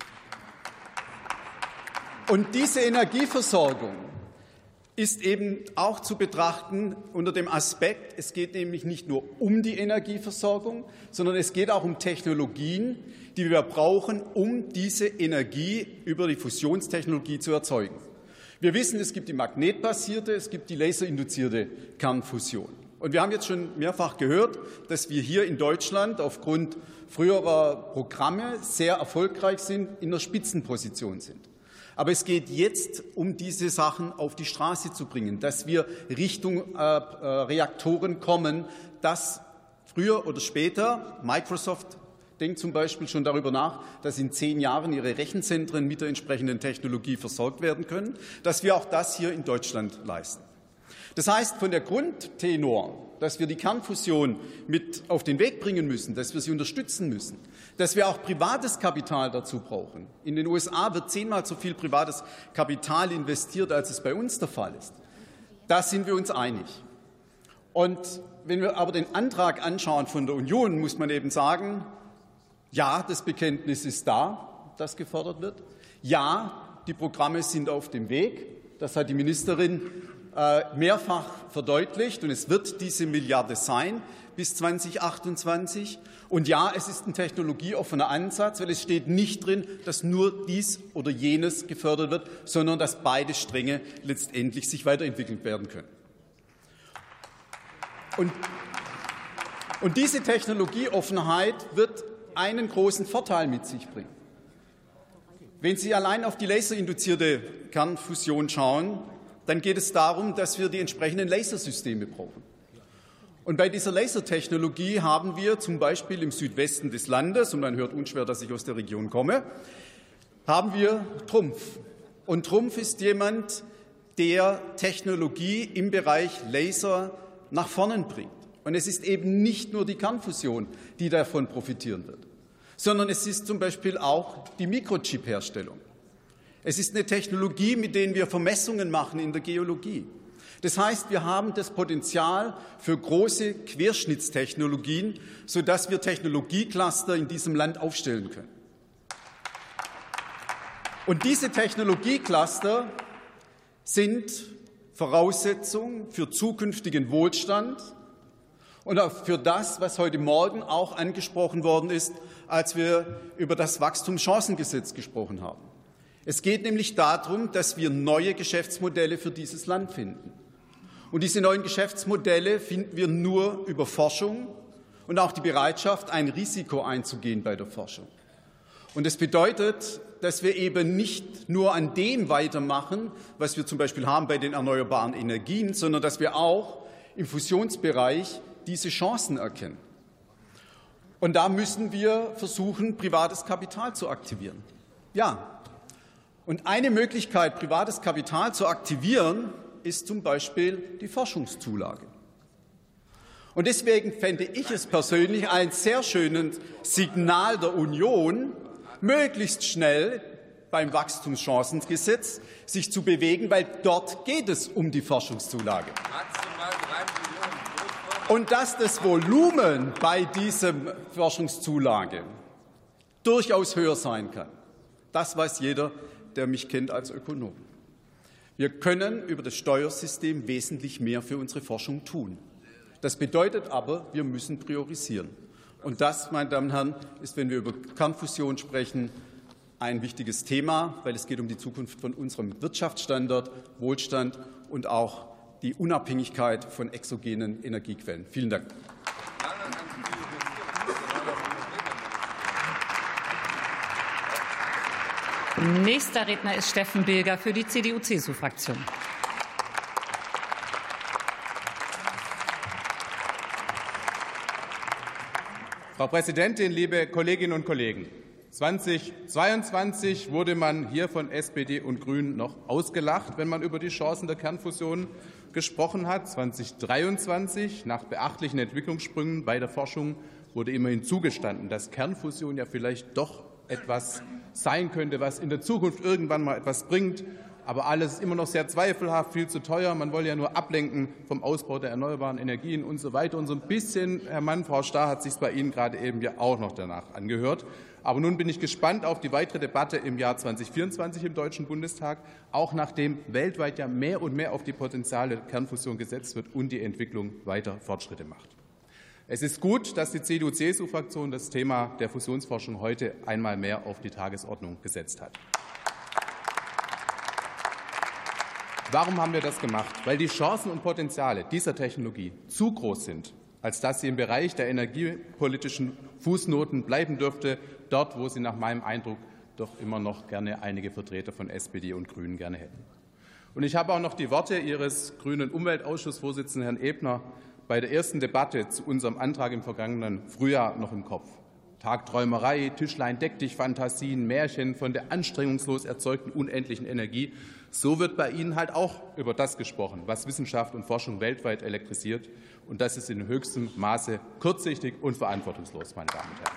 [SPEAKER 8] Und diese Energieversorgung ist eben auch zu betrachten unter dem Aspekt, es geht nämlich nicht nur um die Energieversorgung, sondern es geht auch um Technologien, die wir brauchen, um diese Energie über die Fusionstechnologie zu erzeugen. Wir wissen, es gibt die magnetbasierte, es gibt die laserinduzierte Kernfusion. Und wir haben jetzt schon mehrfach gehört, dass wir hier in Deutschland aufgrund früherer Programme sehr erfolgreich sind, in der Spitzenposition sind. Aber es geht jetzt um diese Sachen auf die Straße zu bringen, dass wir Richtung Reaktoren kommen, dass früher oder später, Microsoft denkt zum Beispiel schon darüber nach, dass in 10 Jahren ihre Rechenzentren mit der entsprechenden Technologie versorgt werden können, dass wir auch das hier in Deutschland leisten. Das heißt, von der Grundtenor, dass wir die Kernfusion mit auf den Weg bringen müssen, dass wir sie unterstützen müssen, dass wir auch privates Kapital dazu brauchen. In den USA wird 10-mal so viel privates Kapital investiert, als es bei uns der Fall ist. Da sind wir uns einig. Und wenn wir aber den Antrag anschauen von der Union, muss man eben sagen, ja, das Bekenntnis ist da, das gefordert wird. Ja, die Programme sind auf dem Weg. Das hat die Ministerin mehrfach verdeutlicht, und es wird diese Milliarde sein bis 2028. Und ja, es ist ein technologieoffener Ansatz, weil es steht nicht drin, dass nur dies oder jenes gefördert wird, sondern dass beide Stränge letztendlich sich weiterentwickelt werden können. Und diese Technologieoffenheit wird einen großen Vorteil mit sich bringen. Wenn Sie allein auf die laserinduzierte Kernfusion schauen, dann geht es darum, dass wir die entsprechenden Lasersysteme brauchen. Und bei dieser Lasertechnologie haben wir zum Beispiel im Südwesten des Landes, und man hört unschwer, dass ich aus der Region komme, haben wir Trumpf. Und Trumpf ist jemand, der Technologie im Bereich Laser nach vorne bringt. Und es ist eben nicht nur die Kernfusion, die davon profitieren wird, sondern es ist zum Beispiel auch die Mikrochip-Herstellung. Es ist eine Technologie, mit der wir Vermessungen machen in der Geologie. Das heißt, wir haben das Potenzial für große Querschnittstechnologien, sodass wir Technologiecluster in diesem Land aufstellen können. Und diese Technologiecluster sind Voraussetzung für zukünftigen Wohlstand und auch für das, was heute Morgen auch angesprochen worden ist, als wir über das Wachstumschancengesetz gesprochen haben. Es geht nämlich darum, dass wir neue Geschäftsmodelle für dieses Land finden. Und diese neuen Geschäftsmodelle finden wir nur über Forschung und auch die Bereitschaft, ein Risiko einzugehen bei der Forschung. Und das bedeutet, dass wir eben nicht nur an dem weitermachen, was wir zum Beispiel haben bei den erneuerbaren Energien, sondern dass wir auch im Fusionsbereich diese Chancen erkennen. Und da müssen wir versuchen, privates Kapital zu aktivieren. Ja. Und eine Möglichkeit, privates Kapital zu aktivieren, ist zum Beispiel die Forschungszulage. Und deswegen fände ich es persönlich ein sehr schönes Signal der Union, möglichst schnell beim Wachstumschancengesetz sich zu bewegen, weil dort geht es um die Forschungszulage. Und dass das Volumen bei dieser Forschungszulage durchaus höher sein kann, das weiß jeder, der mich kennt als Ökonom. Wir können über das Steuersystem wesentlich mehr für unsere Forschung tun. Das bedeutet aber, wir müssen priorisieren. Und das, meine Damen und Herren, ist, wenn wir über Kernfusion sprechen, ein wichtiges Thema, weil es geht um die Zukunft von unserem Wirtschaftsstandort, Wohlstand und auch die Unabhängigkeit von exogenen Energiequellen. Vielen Dank.
[SPEAKER 4] Nächster Redner ist Steffen Bilger für die CDU-CSU-Fraktion.
[SPEAKER 9] Frau Präsidentin, liebe Kolleginnen und Kollegen! 2022 wurde man hier von SPD und Grünen noch ausgelacht, wenn man über die Chancen der Kernfusion gesprochen hat. 2023, nach beachtlichen Entwicklungssprüngen bei der Forschung, wurde immerhin zugestanden, dass Kernfusion ja vielleicht doch etwas sein könnte, was in der Zukunft irgendwann mal etwas bringt. Aber alles ist immer noch sehr zweifelhaft, viel zu teuer. Man wolle ja nur ablenken vom Ausbau der erneuerbaren Energien und so weiter. Und so ein bisschen, Herr Mann, Frau Starr, hat sich bei Ihnen gerade eben ja auch noch danach angehört. Aber nun bin ich gespannt auf die weitere Debatte im Jahr 2024 im Deutschen Bundestag, auch nachdem weltweit ja mehr und mehr auf die Potenziale der Kernfusion gesetzt wird und die Entwicklung weiter Fortschritte macht. Es ist gut, dass die CDU-CSU-Fraktion das Thema der Fusionsforschung heute einmal mehr auf die Tagesordnung gesetzt hat. Warum haben wir das gemacht? Weil die Chancen und Potenziale dieser Technologie zu groß sind, als dass sie im Bereich der energiepolitischen Fußnoten bleiben dürfte, dort, wo sie nach meinem Eindruck doch immer noch gerne einige Vertreter von SPD und Grünen gerne hätten. Und ich habe auch noch die Worte Ihres grünen Umweltausschussvorsitzenden Herrn Ebner bei der ersten Debatte zu unserem Antrag im vergangenen Frühjahr noch im Kopf. Tagträumerei, Tischlein deck dich Fantasien, Märchen von der anstrengungslos erzeugten unendlichen Energie. So wird bei Ihnen halt auch über das gesprochen, was Wissenschaft und Forschung weltweit elektrisiert. Und das ist in höchstem Maße kurzsichtig und verantwortungslos, meine Damen und Herren.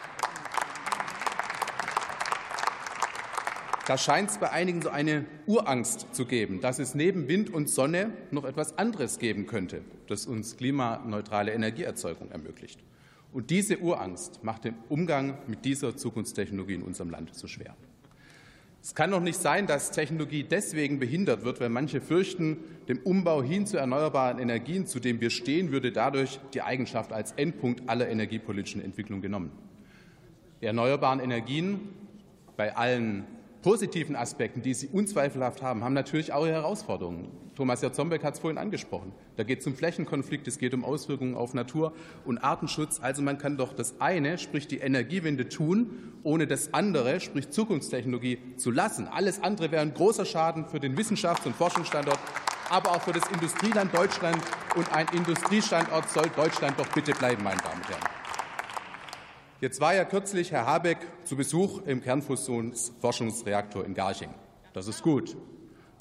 [SPEAKER 9] Da scheint es bei einigen so eine Urangst zu geben, dass es neben Wind und Sonne noch etwas anderes geben könnte, das uns klimaneutrale Energieerzeugung ermöglicht. Und diese Urangst macht den Umgang mit dieser Zukunftstechnologie in unserem Land so schwer. Es kann doch nicht sein, dass Technologie deswegen behindert wird, weil manche fürchten, dem Umbau hin zu erneuerbaren Energien, zu dem wir stehen, würde dadurch die Eigenschaft als Endpunkt aller energiepolitischen Entwicklung genommen. Die erneuerbaren Energien, bei allen positiven Aspekten, die sie unzweifelhaft haben, haben natürlich auch ihre Herausforderungen. Thomas Jarzombeck hat es vorhin angesprochen. Da geht es um Flächenkonflikt, es geht um Auswirkungen auf Natur und Artenschutz. Also man kann doch das eine, sprich die Energiewende, tun, ohne das andere, sprich Zukunftstechnologie, zu lassen. Alles andere wäre ein großer Schaden für den Wissenschafts- und Forschungsstandort, aber auch für das Industrieland Deutschland. Und ein Industriestandort soll Deutschland doch bitte bleiben, meine Damen und Herren. Jetzt war ja kürzlich Herr Habeck zu Besuch im Kernfusionsforschungsreaktor in Garching. Das ist gut.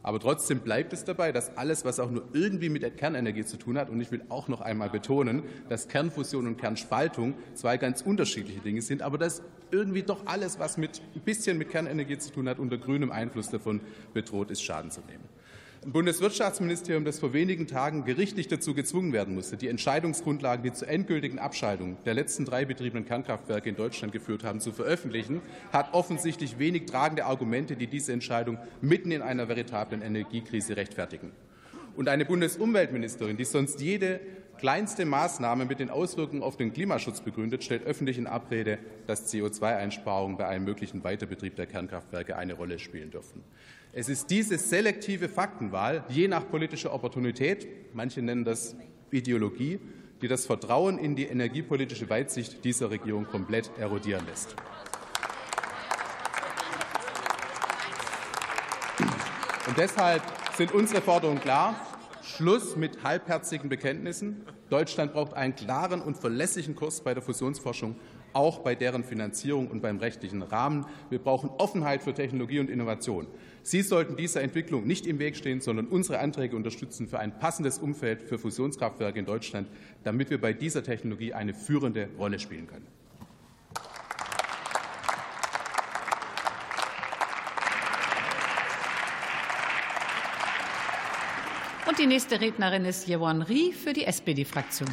[SPEAKER 9] Aber trotzdem bleibt es dabei, dass alles, was auch nur irgendwie mit der Kernenergie zu tun hat, und ich will auch noch einmal betonen, dass Kernfusion und Kernspaltung zwei ganz unterschiedliche Dinge sind, aber dass irgendwie doch alles, was ein bisschen mit Kernenergie zu tun hat, unter grünem Einfluss davon bedroht ist, Schaden zu nehmen. Ein Bundeswirtschaftsministerium, das vor wenigen Tagen gerichtlich dazu gezwungen werden musste, die Entscheidungsgrundlagen, die zur endgültigen Abschaltung der letzten 3 betriebenen Kernkraftwerke in Deutschland geführt haben, zu veröffentlichen, hat offensichtlich wenig tragende Argumente, die diese Entscheidung mitten in einer veritablen Energiekrise rechtfertigen. Und eine Bundesumweltministerin, die sonst jede kleinste Maßnahme mit den Auswirkungen auf den Klimaschutz begründet, stellt öffentlich in Abrede, dass CO2-Einsparungen bei einem möglichen Weiterbetrieb der Kernkraftwerke eine Rolle spielen dürfen. Es ist diese selektive Faktenwahl, je nach politischer Opportunität, manche nennen das Ideologie, die das Vertrauen in die energiepolitische Weitsicht dieser Regierung komplett erodieren lässt. Und deshalb sind unsere Forderungen klar. Schluss mit halbherzigen Bekenntnissen. Deutschland braucht einen klaren und verlässlichen Kurs bei der Fusionsforschung, auch bei deren Finanzierung und beim rechtlichen Rahmen. Wir brauchen Offenheit für Technologie und Innovation. Sie sollten dieser Entwicklung nicht im Weg stehen, sondern unsere Anträge unterstützen für ein passendes Umfeld für Fusionskraftwerke in Deutschland, damit wir bei dieser Technologie eine führende Rolle spielen können.
[SPEAKER 4] Und die nächste Rednerin ist Yewon Rie für die SPD-Fraktion.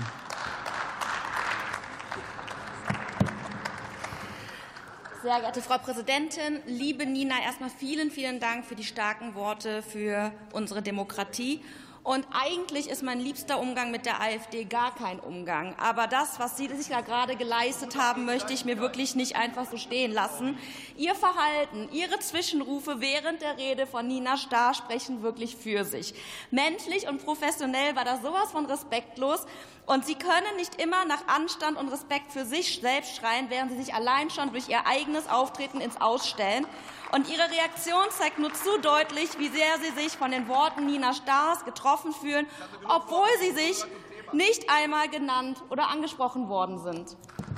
[SPEAKER 10] Sehr geehrte Frau Präsidentin, liebe Nina, erstmal vielen, vielen Dank für die starken Worte für unsere Demokratie. Und eigentlich ist mein liebster Umgang mit der AfD gar kein Umgang. Aber das, was Sie sich da gerade geleistet haben, möchte ich mir wirklich nicht einfach so stehen lassen. Ihr Verhalten, Ihre Zwischenrufe während der Rede von Nina Starr sprechen wirklich für sich. Menschlich und professionell war das sowas von respektlos. Und Sie können nicht immer nach Anstand und Respekt für sich selbst schreien, während Sie sich allein schon durch Ihr eigenes Auftreten ins Aus stellen. Und Ihre Reaktion zeigt nur zu deutlich, wie sehr Sie sich von den Worten Nina Starrs getroffen fühlen, obwohl Sie sich nicht einmal genannt oder angesprochen worden sind.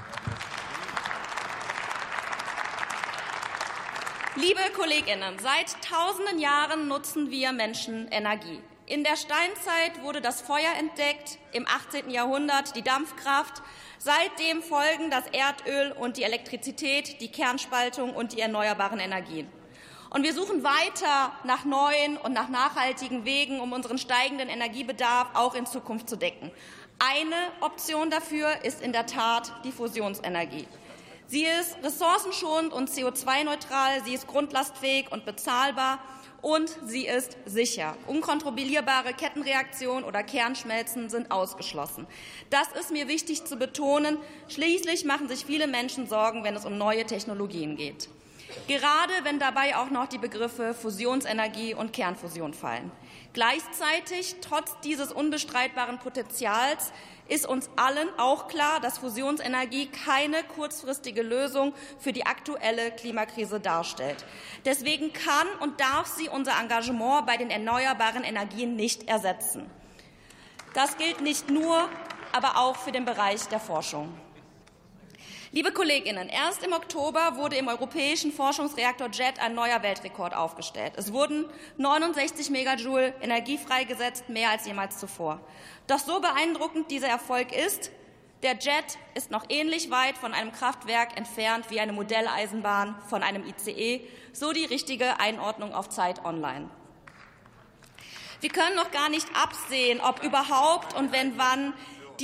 [SPEAKER 10] Liebe KollegInnen, seit tausenden Jahren nutzen wir Menschen Energie. In der Steinzeit wurde das Feuer entdeckt, im 18. Jahrhundert die Dampfkraft. Seitdem folgen das Erdöl und die Elektrizität, die Kernspaltung und die erneuerbaren Energien. Und wir suchen weiter nach neuen und nach nachhaltigen Wegen, um unseren steigenden Energiebedarf auch in Zukunft zu decken. Eine Option dafür ist in der Tat die Fusionsenergie. Sie ist ressourcenschonend und CO2-neutral, sie ist grundlastfähig und bezahlbar. Und sie ist sicher. Unkontrollierbare Kettenreaktionen oder Kernschmelzen sind ausgeschlossen. Das ist mir wichtig zu betonen. Schließlich machen sich viele Menschen Sorgen, wenn es um neue Technologien geht. Gerade wenn dabei auch noch die Begriffe Fusionsenergie und Kernfusion fallen. Gleichzeitig, trotz dieses unbestreitbaren Potenzials, ist uns allen auch klar, dass Fusionsenergie keine kurzfristige Lösung für die aktuelle Klimakrise darstellt. Deswegen kann und darf sie unser Engagement bei den erneuerbaren Energien nicht ersetzen. Das gilt nicht nur, aber auch für den Bereich der Forschung. Liebe KollegInnen, erst im Oktober wurde im europäischen Forschungsreaktor JET ein neuer Weltrekord aufgestellt. Es wurden 69 Megajoule Energie freigesetzt, mehr als jemals zuvor. Doch so beeindruckend dieser Erfolg ist, der JET ist noch ähnlich weit von einem Kraftwerk entfernt wie eine Modelleisenbahn von einem ICE, so die richtige Einordnung auf Zeit Online. Wir können noch gar nicht absehen, ob überhaupt und wann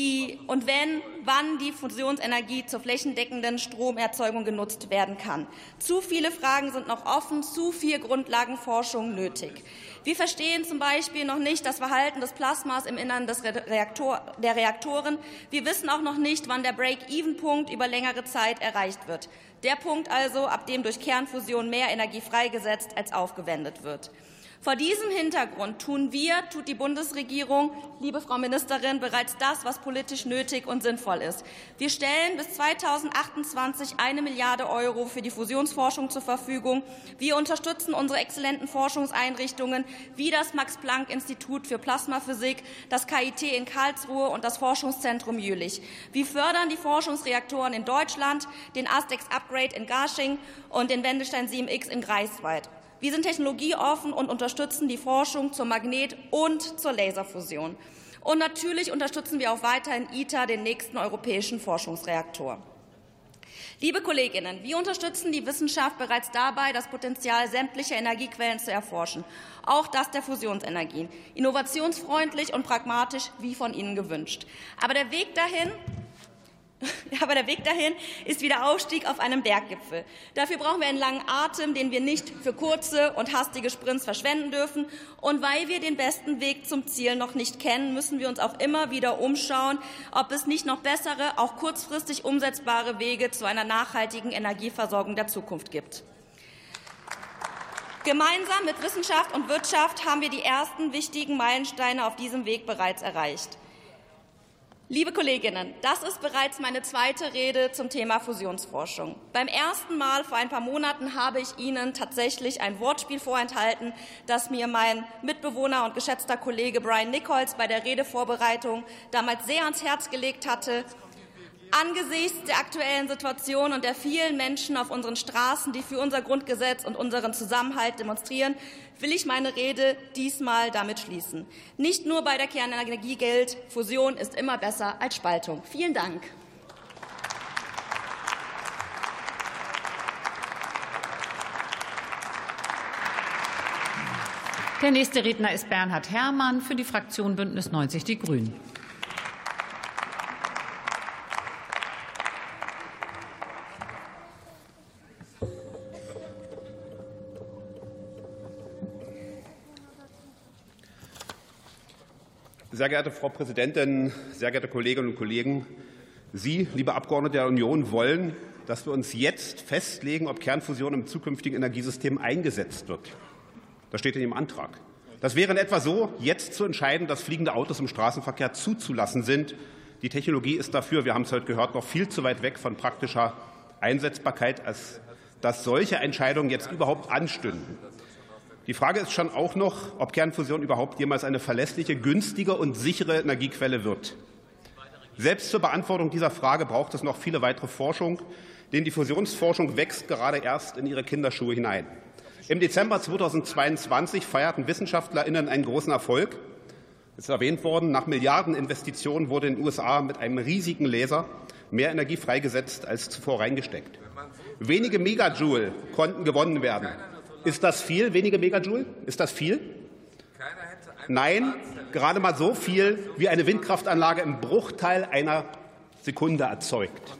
[SPEAKER 10] die Fusionsenergie zur flächendeckenden Stromerzeugung genutzt werden kann. Zu viele Fragen sind noch offen, zu viel Grundlagenforschung nötig. Wir verstehen zum Beispiel noch nicht das Verhalten des Plasmas im Innern der Reaktoren. Wir wissen auch noch nicht, wann der Break-Even-Punkt über längere Zeit erreicht wird. Der Punkt also, ab dem durch Kernfusion mehr Energie freigesetzt als aufgewendet wird. Vor diesem Hintergrund tut die Bundesregierung, liebe Frau Ministerin, bereits das, was politisch nötig und sinnvoll ist. Wir stellen bis 2028 1 Milliarde € für die Fusionsforschung zur Verfügung. Wir unterstützen unsere exzellenten Forschungseinrichtungen wie das Max-Planck-Institut für Plasmaphysik, das KIT in Karlsruhe und das Forschungszentrum Jülich. Wir fördern die Forschungsreaktoren in Deutschland, den Astex Upgrade in Garching und den Wendelstein 7X in Greifswald. Wir sind technologieoffen und unterstützen die Forschung zur Magnet- und zur Laserfusion. Und natürlich unterstützen wir auch weiterhin ITER, den nächsten europäischen Forschungsreaktor. Liebe Kolleginnen, wir unterstützen die Wissenschaft bereits dabei, das Potenzial sämtlicher Energiequellen zu erforschen, auch das der Fusionsenergien, innovationsfreundlich und pragmatisch, wie von Ihnen gewünscht. Aber der Weg dahin ist wie der Aufstieg auf einem Berggipfel. Dafür brauchen wir einen langen Atem, den wir nicht für kurze und hastige Sprints verschwenden dürfen. Und weil wir den besten Weg zum Ziel noch nicht kennen, müssen wir uns auch immer wieder umschauen, ob es nicht noch bessere, auch kurzfristig umsetzbare Wege zu einer nachhaltigen Energieversorgung der Zukunft gibt. Gemeinsam mit Wissenschaft und Wirtschaft haben wir die ersten wichtigen Meilensteine auf diesem Weg bereits erreicht. Liebe Kolleginnen, das ist bereits meine zweite Rede zum Thema Fusionsforschung. Beim ersten Mal vor ein paar Monaten habe ich Ihnen tatsächlich ein Wortspiel vorenthalten, das mir mein Mitbewohner und geschätzter Kollege Brian Nichols bei der Redevorbereitung damals sehr ans Herz gelegt hatte. Angesichts der aktuellen Situation und der vielen Menschen auf unseren Straßen, die für unser Grundgesetz und unseren Zusammenhalt demonstrieren, will ich meine Rede diesmal damit schließen. Nicht nur bei der Kernenergie gilt, Fusion ist immer besser als Spaltung. Vielen Dank.
[SPEAKER 4] Der nächste Redner ist Bernhard Herrmann für die Fraktion Bündnis 90 Die Grünen.
[SPEAKER 11] Sehr geehrte Frau Präsidentin, sehr geehrte Kolleginnen und Kollegen! Sie, liebe Abgeordnete der Union, wollen, dass wir uns jetzt festlegen, ob Kernfusion im zukünftigen Energiesystem eingesetzt wird. Das steht in Ihrem Antrag. Das wäre in etwa so, jetzt zu entscheiden, dass fliegende Autos im Straßenverkehr zuzulassen sind. Die Technologie ist dafür, wir haben es heute gehört, noch viel zu weit weg von praktischer Einsetzbarkeit, als dass solche Entscheidungen jetzt überhaupt anstünden. Die Frage ist schon auch noch, ob Kernfusion überhaupt jemals eine verlässliche, günstige und sichere Energiequelle wird. Selbst zur Beantwortung dieser Frage braucht es noch viele weitere Forschung, denn die Fusionsforschung wächst gerade erst in ihre Kinderschuhe hinein. Im Dezember 2022 feierten WissenschaftlerInnen einen großen Erfolg. Es ist erwähnt worden, nach Milliardeninvestitionen wurde in den USA mit einem riesigen Laser mehr Energie freigesetzt als zuvor reingesteckt. Wenige Megajoule konnten gewonnen werden. Ist das viel, wenige Megajoule? Ist das viel? Nein, gerade mal so viel, wie eine Windkraftanlage im Bruchteil einer Sekunde erzeugt.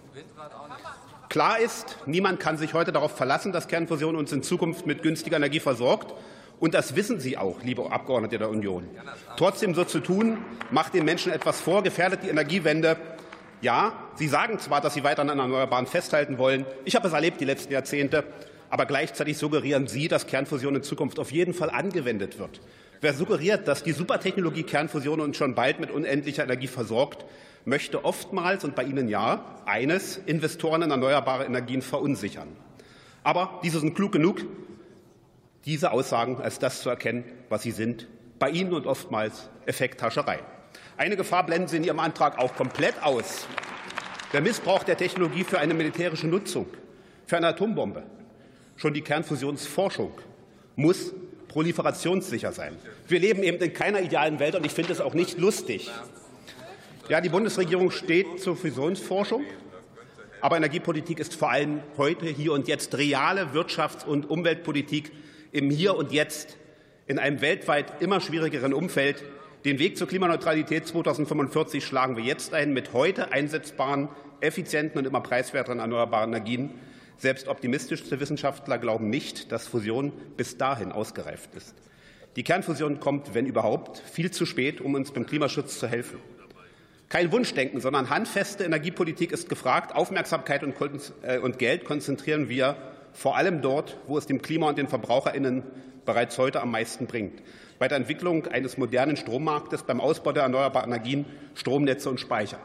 [SPEAKER 11] Klar ist, niemand kann sich heute darauf verlassen, dass Kernfusion uns in Zukunft mit günstiger Energie versorgt. Und das wissen Sie auch, liebe Abgeordnete der Union. Trotzdem so zu tun, macht den Menschen etwas vor, gefährdet die Energiewende. Ja, Sie sagen zwar, dass Sie weiter an Erneuerbaren festhalten wollen. Ich habe es erlebt die letzten Jahrzehnte. Aber gleichzeitig suggerieren Sie, dass Kernfusion in Zukunft auf jeden Fall angewendet wird. Wer suggeriert, dass die Supertechnologie Kernfusion uns schon bald mit unendlicher Energie versorgt, möchte oftmals, und bei Ihnen ja, eines, Investoren in erneuerbare Energien verunsichern. Aber diese sind klug genug, diese Aussagen als das zu erkennen, was sie sind, bei Ihnen und oftmals Effekthascherei. Eine Gefahr blenden Sie in Ihrem Antrag auch komplett aus. Der Missbrauch der Technologie für eine militärische Nutzung, für eine Atombombe. Schon die Kernfusionsforschung muss proliferationssicher sein. Wir leben eben in keiner idealen Welt, und ich finde es auch nicht lustig. Ja, die Bundesregierung steht zur Fusionsforschung, aber Energiepolitik ist vor allem heute, hier und jetzt reale Wirtschafts- und Umweltpolitik im Hier und Jetzt in einem weltweit immer schwierigeren Umfeld. Den Weg zur Klimaneutralität 2045 schlagen wir jetzt ein mit heute einsetzbaren, effizienten und immer preiswerteren erneuerbaren Energien. Selbst optimistischste Wissenschaftler glauben nicht, dass Fusion bis dahin ausgereift ist. Die Kernfusion kommt, wenn überhaupt, viel zu spät, um uns beim Klimaschutz zu helfen. Kein Wunschdenken, sondern handfeste Energiepolitik ist gefragt. Aufmerksamkeit und Geld konzentrieren wir vor allem dort, wo es dem Klima und den VerbraucherInnen bereits heute am meisten bringt. Bei der Entwicklung eines modernen Strommarktes, beim Ausbau der erneuerbaren Energien, Stromnetze und Speicher.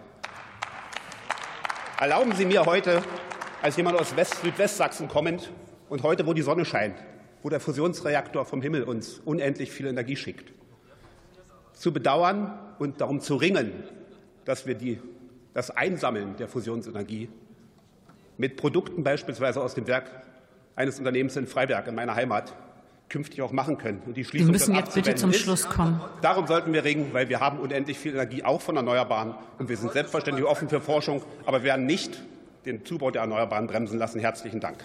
[SPEAKER 11] Erlauben Sie mir heute, als jemand aus Südwestsachsen kommend und heute, wo die Sonne scheint, wo der Fusionsreaktor vom Himmel uns unendlich viel Energie schickt, zu bedauern und darum zu ringen, dass wir das Einsammeln der Fusionsenergie mit Produkten beispielsweise aus dem Werk eines Unternehmens in Freiberg in meiner Heimat künftig auch machen können. Und die
[SPEAKER 4] Schließung, wir müssen jetzt bitte zum Schluss kommen.
[SPEAKER 11] Darum sollten wir ringen, weil wir haben unendlich viel Energie, auch von Erneuerbaren. Und wir sind selbstverständlich offen für Forschung, aber wir werden nicht den Zubau der Erneuerbaren bremsen lassen. Herzlichen Dank.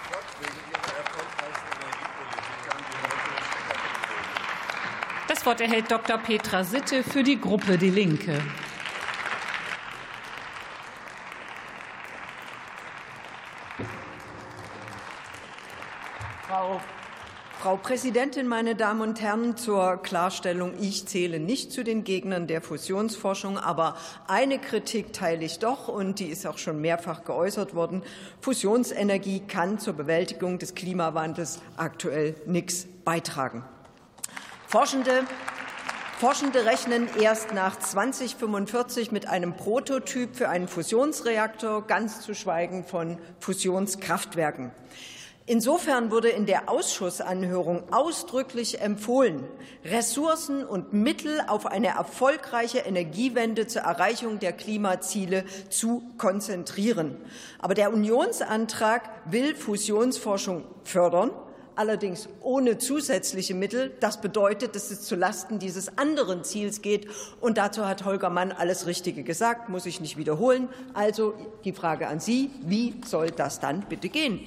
[SPEAKER 4] Das Wort erhält Dr. Petra Sitte für die Gruppe Die Linke.
[SPEAKER 12] Frau Präsidentin, meine Damen und Herren! Zur Klarstellung, ich zähle nicht zu den Gegnern der Fusionsforschung, aber eine Kritik teile ich doch, und die ist auch schon mehrfach geäußert worden. Fusionsenergie kann zur Bewältigung des Klimawandels aktuell nichts beitragen. Forschende rechnen erst nach 2045 mit einem Prototyp für einen Fusionsreaktor, ganz zu schweigen von Fusionskraftwerken. Insofern wurde in der Ausschussanhörung ausdrücklich empfohlen, Ressourcen und Mittel auf eine erfolgreiche Energiewende zur Erreichung der Klimaziele zu konzentrieren. Aber der Unionsantrag will Fusionsforschung fördern, allerdings ohne zusätzliche Mittel. Das bedeutet, dass es zulasten dieses anderen Ziels geht. Und dazu hat Holger Mann alles Richtige gesagt, muss ich nicht wiederholen. Also die Frage an Sie, wie soll das dann bitte gehen?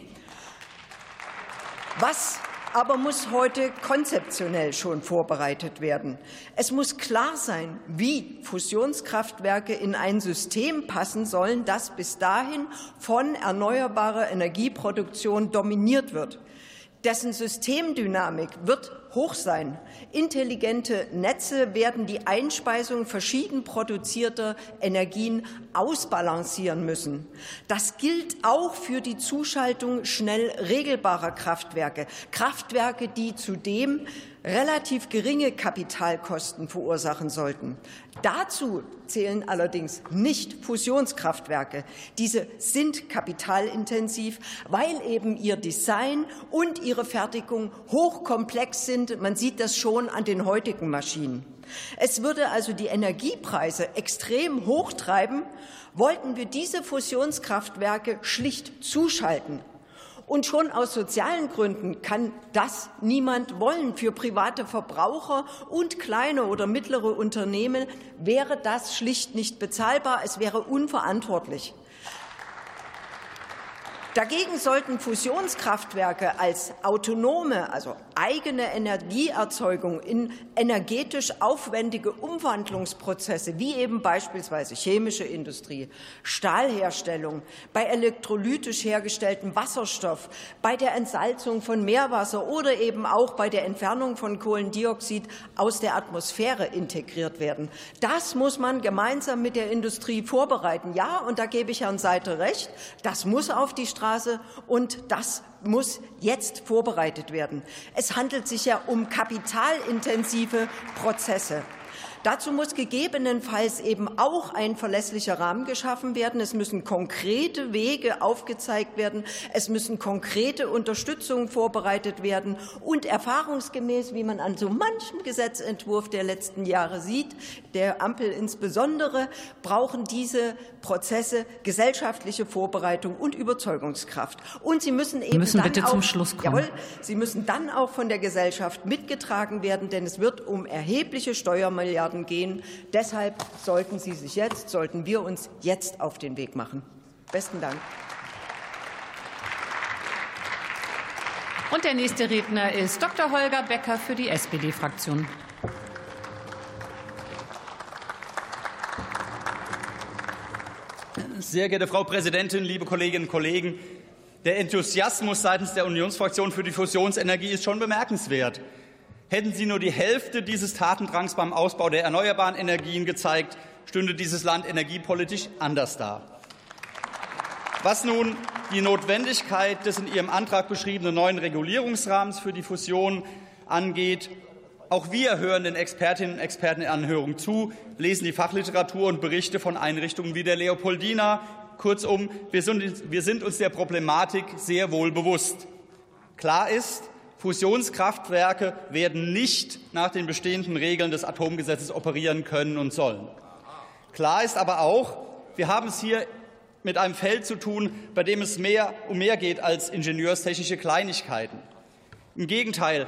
[SPEAKER 12] Was aber muss heute konzeptionell schon vorbereitet werden? Es muss klar sein, wie Fusionskraftwerke in ein System passen sollen, das bis dahin von erneuerbarer Energieproduktion dominiert wird. Dessen Systemdynamik wird hoch sein. Intelligente Netze werden die Einspeisung verschieden produzierter Energien ausbalancieren müssen. Das gilt auch für die Zuschaltung schnell regelbarer Kraftwerke. Kraftwerke, die zudem relativ geringe Kapitalkosten verursachen sollten. Dazu zählen allerdings nicht Fusionskraftwerke. Diese sind kapitalintensiv, weil eben ihr Design und ihre Fertigung hochkomplex sind. Man sieht das schon an den heutigen Maschinen. Es würde also die Energiepreise extrem hochtreiben, wollten wir diese Fusionskraftwerke schlicht zuschalten. Und schon aus sozialen Gründen kann das niemand wollen. Für private Verbraucher und kleine oder mittlere Unternehmen wäre das schlicht nicht bezahlbar. Es wäre unverantwortlich. Dagegen sollten Fusionskraftwerke als autonome, also eigene Energieerzeugung in energetisch aufwendige Umwandlungsprozesse, wie eben beispielsweise chemische Industrie, Stahlherstellung, bei elektrolytisch hergestelltem Wasserstoff, bei der Entsalzung von Meerwasser oder eben auch bei der Entfernung von Kohlendioxid aus der Atmosphäre integriert werden. Das muss man gemeinsam mit der Industrie vorbereiten. Ja, und da gebe ich Herrn Seiter recht, das muss auf die Straße, und das muss jetzt vorbereitet werden. Es handelt sich ja um kapitalintensive Prozesse. Dazu muss gegebenenfalls eben auch ein verlässlicher Rahmen geschaffen werden. Es müssen konkrete Wege aufgezeigt werden. Es müssen konkrete Unterstützungen vorbereitet werden. Und erfahrungsgemäß, wie man an so manchem Gesetzentwurf der letzten Jahre sieht, der Ampel insbesondere, brauchen diese Prozesse gesellschaftliche Vorbereitung und Überzeugungskraft. Und sie müssen eben
[SPEAKER 4] bitte zum Schluss kommen.
[SPEAKER 12] Jawohl, sie müssen dann auch von der Gesellschaft mitgetragen werden, denn es wird um erhebliche Steuermilliarden gehen. Deshalb sollten wir uns jetzt auf den Weg machen. Besten Dank.
[SPEAKER 4] Und der nächste Redner ist Dr. Holger Becker für die SPD-Fraktion.
[SPEAKER 13] Sehr geehrte Frau Präsidentin, liebe Kolleginnen und Kollegen! Der Enthusiasmus seitens der Unionsfraktion für die Fusionsenergie ist schon bemerkenswert. Hätten Sie nur die Hälfte dieses Tatendrangs beim Ausbau der erneuerbaren Energien gezeigt, stünde dieses Land energiepolitisch anders da. Was nun die Notwendigkeit des in Ihrem Antrag beschriebenen neuen Regulierungsrahmens für die Fusion angeht, auch wir hören den Expertinnen und Experten in Anhörung zu, lesen die Fachliteratur und Berichte von Einrichtungen wie der Leopoldina. Kurzum, wir sind uns der Problematik sehr wohl bewusst. Klar ist, Fusionskraftwerke werden nicht nach den bestehenden Regeln des Atomgesetzes operieren können und sollen. Klar ist aber auch, wir haben es hier mit einem Feld zu tun, bei dem es um mehr geht als ingenieurstechnische Kleinigkeiten. Im Gegenteil,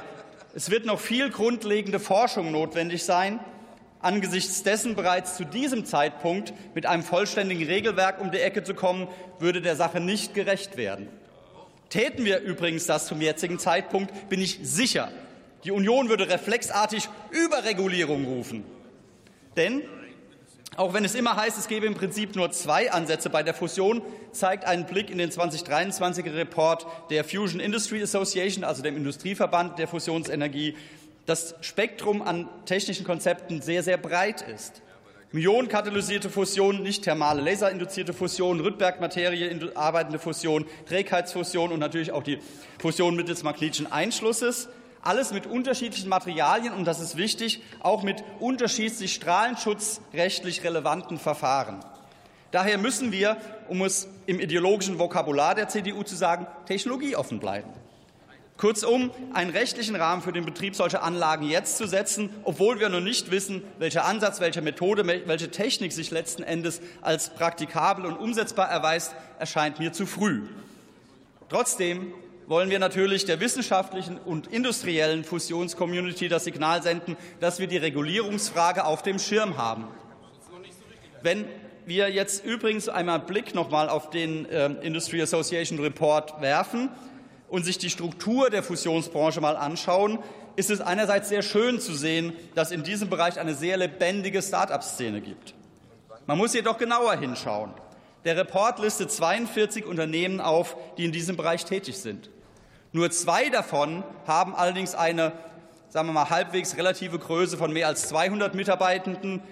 [SPEAKER 13] Es wird noch viel grundlegende Forschung notwendig sein. Angesichts dessen bereits zu diesem Zeitpunkt mit einem vollständigen Regelwerk um die Ecke zu kommen, würde der Sache nicht gerecht werden. Täten wir übrigens das zum jetzigen Zeitpunkt, bin ich sicher, die Union würde reflexartig Überregulierung rufen. Denn auch wenn es immer heißt, es gebe im Prinzip nur 2 Ansätze bei der Fusion, zeigt ein Blick in den 2023er Report der Fusion Industry Association, also dem Industrieverband der Fusionsenergie, das Spektrum an technischen Konzepten sehr, sehr breit ist. Myonenkatalysierte Fusion, nicht thermale laserinduzierte Fusion, Rydberg-Materie arbeitende Fusion, Trägheitsfusion und natürlich auch die Fusion mittels magnetischen Einschlusses. Alles mit unterschiedlichen Materialien und, das ist wichtig, auch mit unterschiedlich strahlenschutzrechtlich relevanten Verfahren. Daher müssen wir, um es im ideologischen Vokabular der CDU zu sagen, technologieoffen bleiben. Kurzum, einen rechtlichen Rahmen für den Betrieb solcher Anlagen jetzt zu setzen, obwohl wir noch nicht wissen, welcher Ansatz, welche Methode, welche Technik sich letzten Endes als praktikabel und umsetzbar erweist, erscheint mir zu früh. Trotzdem wollen wir natürlich der wissenschaftlichen und industriellen Fusionscommunity das Signal senden, dass wir die Regulierungsfrage auf dem Schirm haben. Wenn wir jetzt übrigens einmal einen Blick noch mal auf den Industry Association Report werfen und sich die Struktur der Fusionsbranche mal anschauen, ist es einerseits sehr schön zu sehen, dass in diesem Bereich eine sehr lebendige Start-up-Szene gibt. Man muss jedoch genauer hinschauen. Der Report listet 42 Unternehmen auf, die in diesem Bereich tätig sind. Nur 2 davon haben allerdings eine, sagen wir mal, halbwegs relative Größe von mehr als 200 Mitarbeitenden.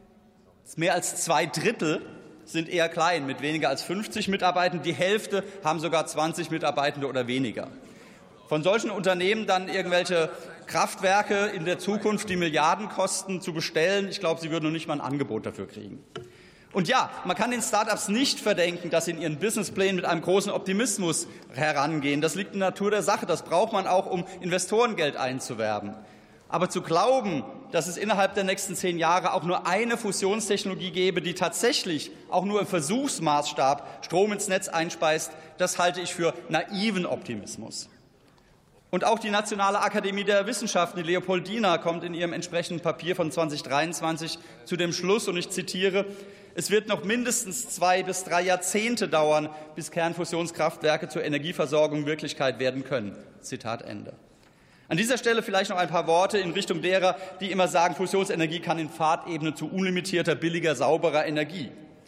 [SPEAKER 13] Mehr als 2/3 sind eher klein, mit weniger als 50 Mitarbeitenden. Die Hälfte haben sogar 20 Mitarbeitende oder weniger. Von solchen Unternehmen dann irgendwelche Kraftwerke in der Zukunft, die Milliarden kosten, zu bestellen, ich glaube, sie würden noch nicht mal ein Angebot dafür kriegen. Und ja, man kann den Start-ups nicht verdenken, dass sie in ihren Businessplänen mit einem großen Optimismus herangehen. Das liegt in der Natur der Sache. Das braucht man auch, um Investorengeld einzuwerben. Aber zu glauben, dass es innerhalb der nächsten 10 Jahre auch nur eine Fusionstechnologie gäbe, die tatsächlich auch nur im Versuchsmaßstab Strom ins Netz einspeist, das halte ich für naiven Optimismus. Und auch die Nationale Akademie der Wissenschaften, die Leopoldina, kommt in ihrem entsprechenden Papier von 2023 zu dem Schluss, und ich zitiere, es wird noch mindestens 2 bis 3 Jahrzehnte dauern, bis Kernfusionskraftwerke zur Energieversorgung Wirklichkeit werden können. Zitat Ende. An dieser Stelle vielleicht noch ein paar Worte in Richtung derer, die immer sagen, Fusionsenergie kann in Fahrtebene zu unlimitierter, billiger, sauberer Energie.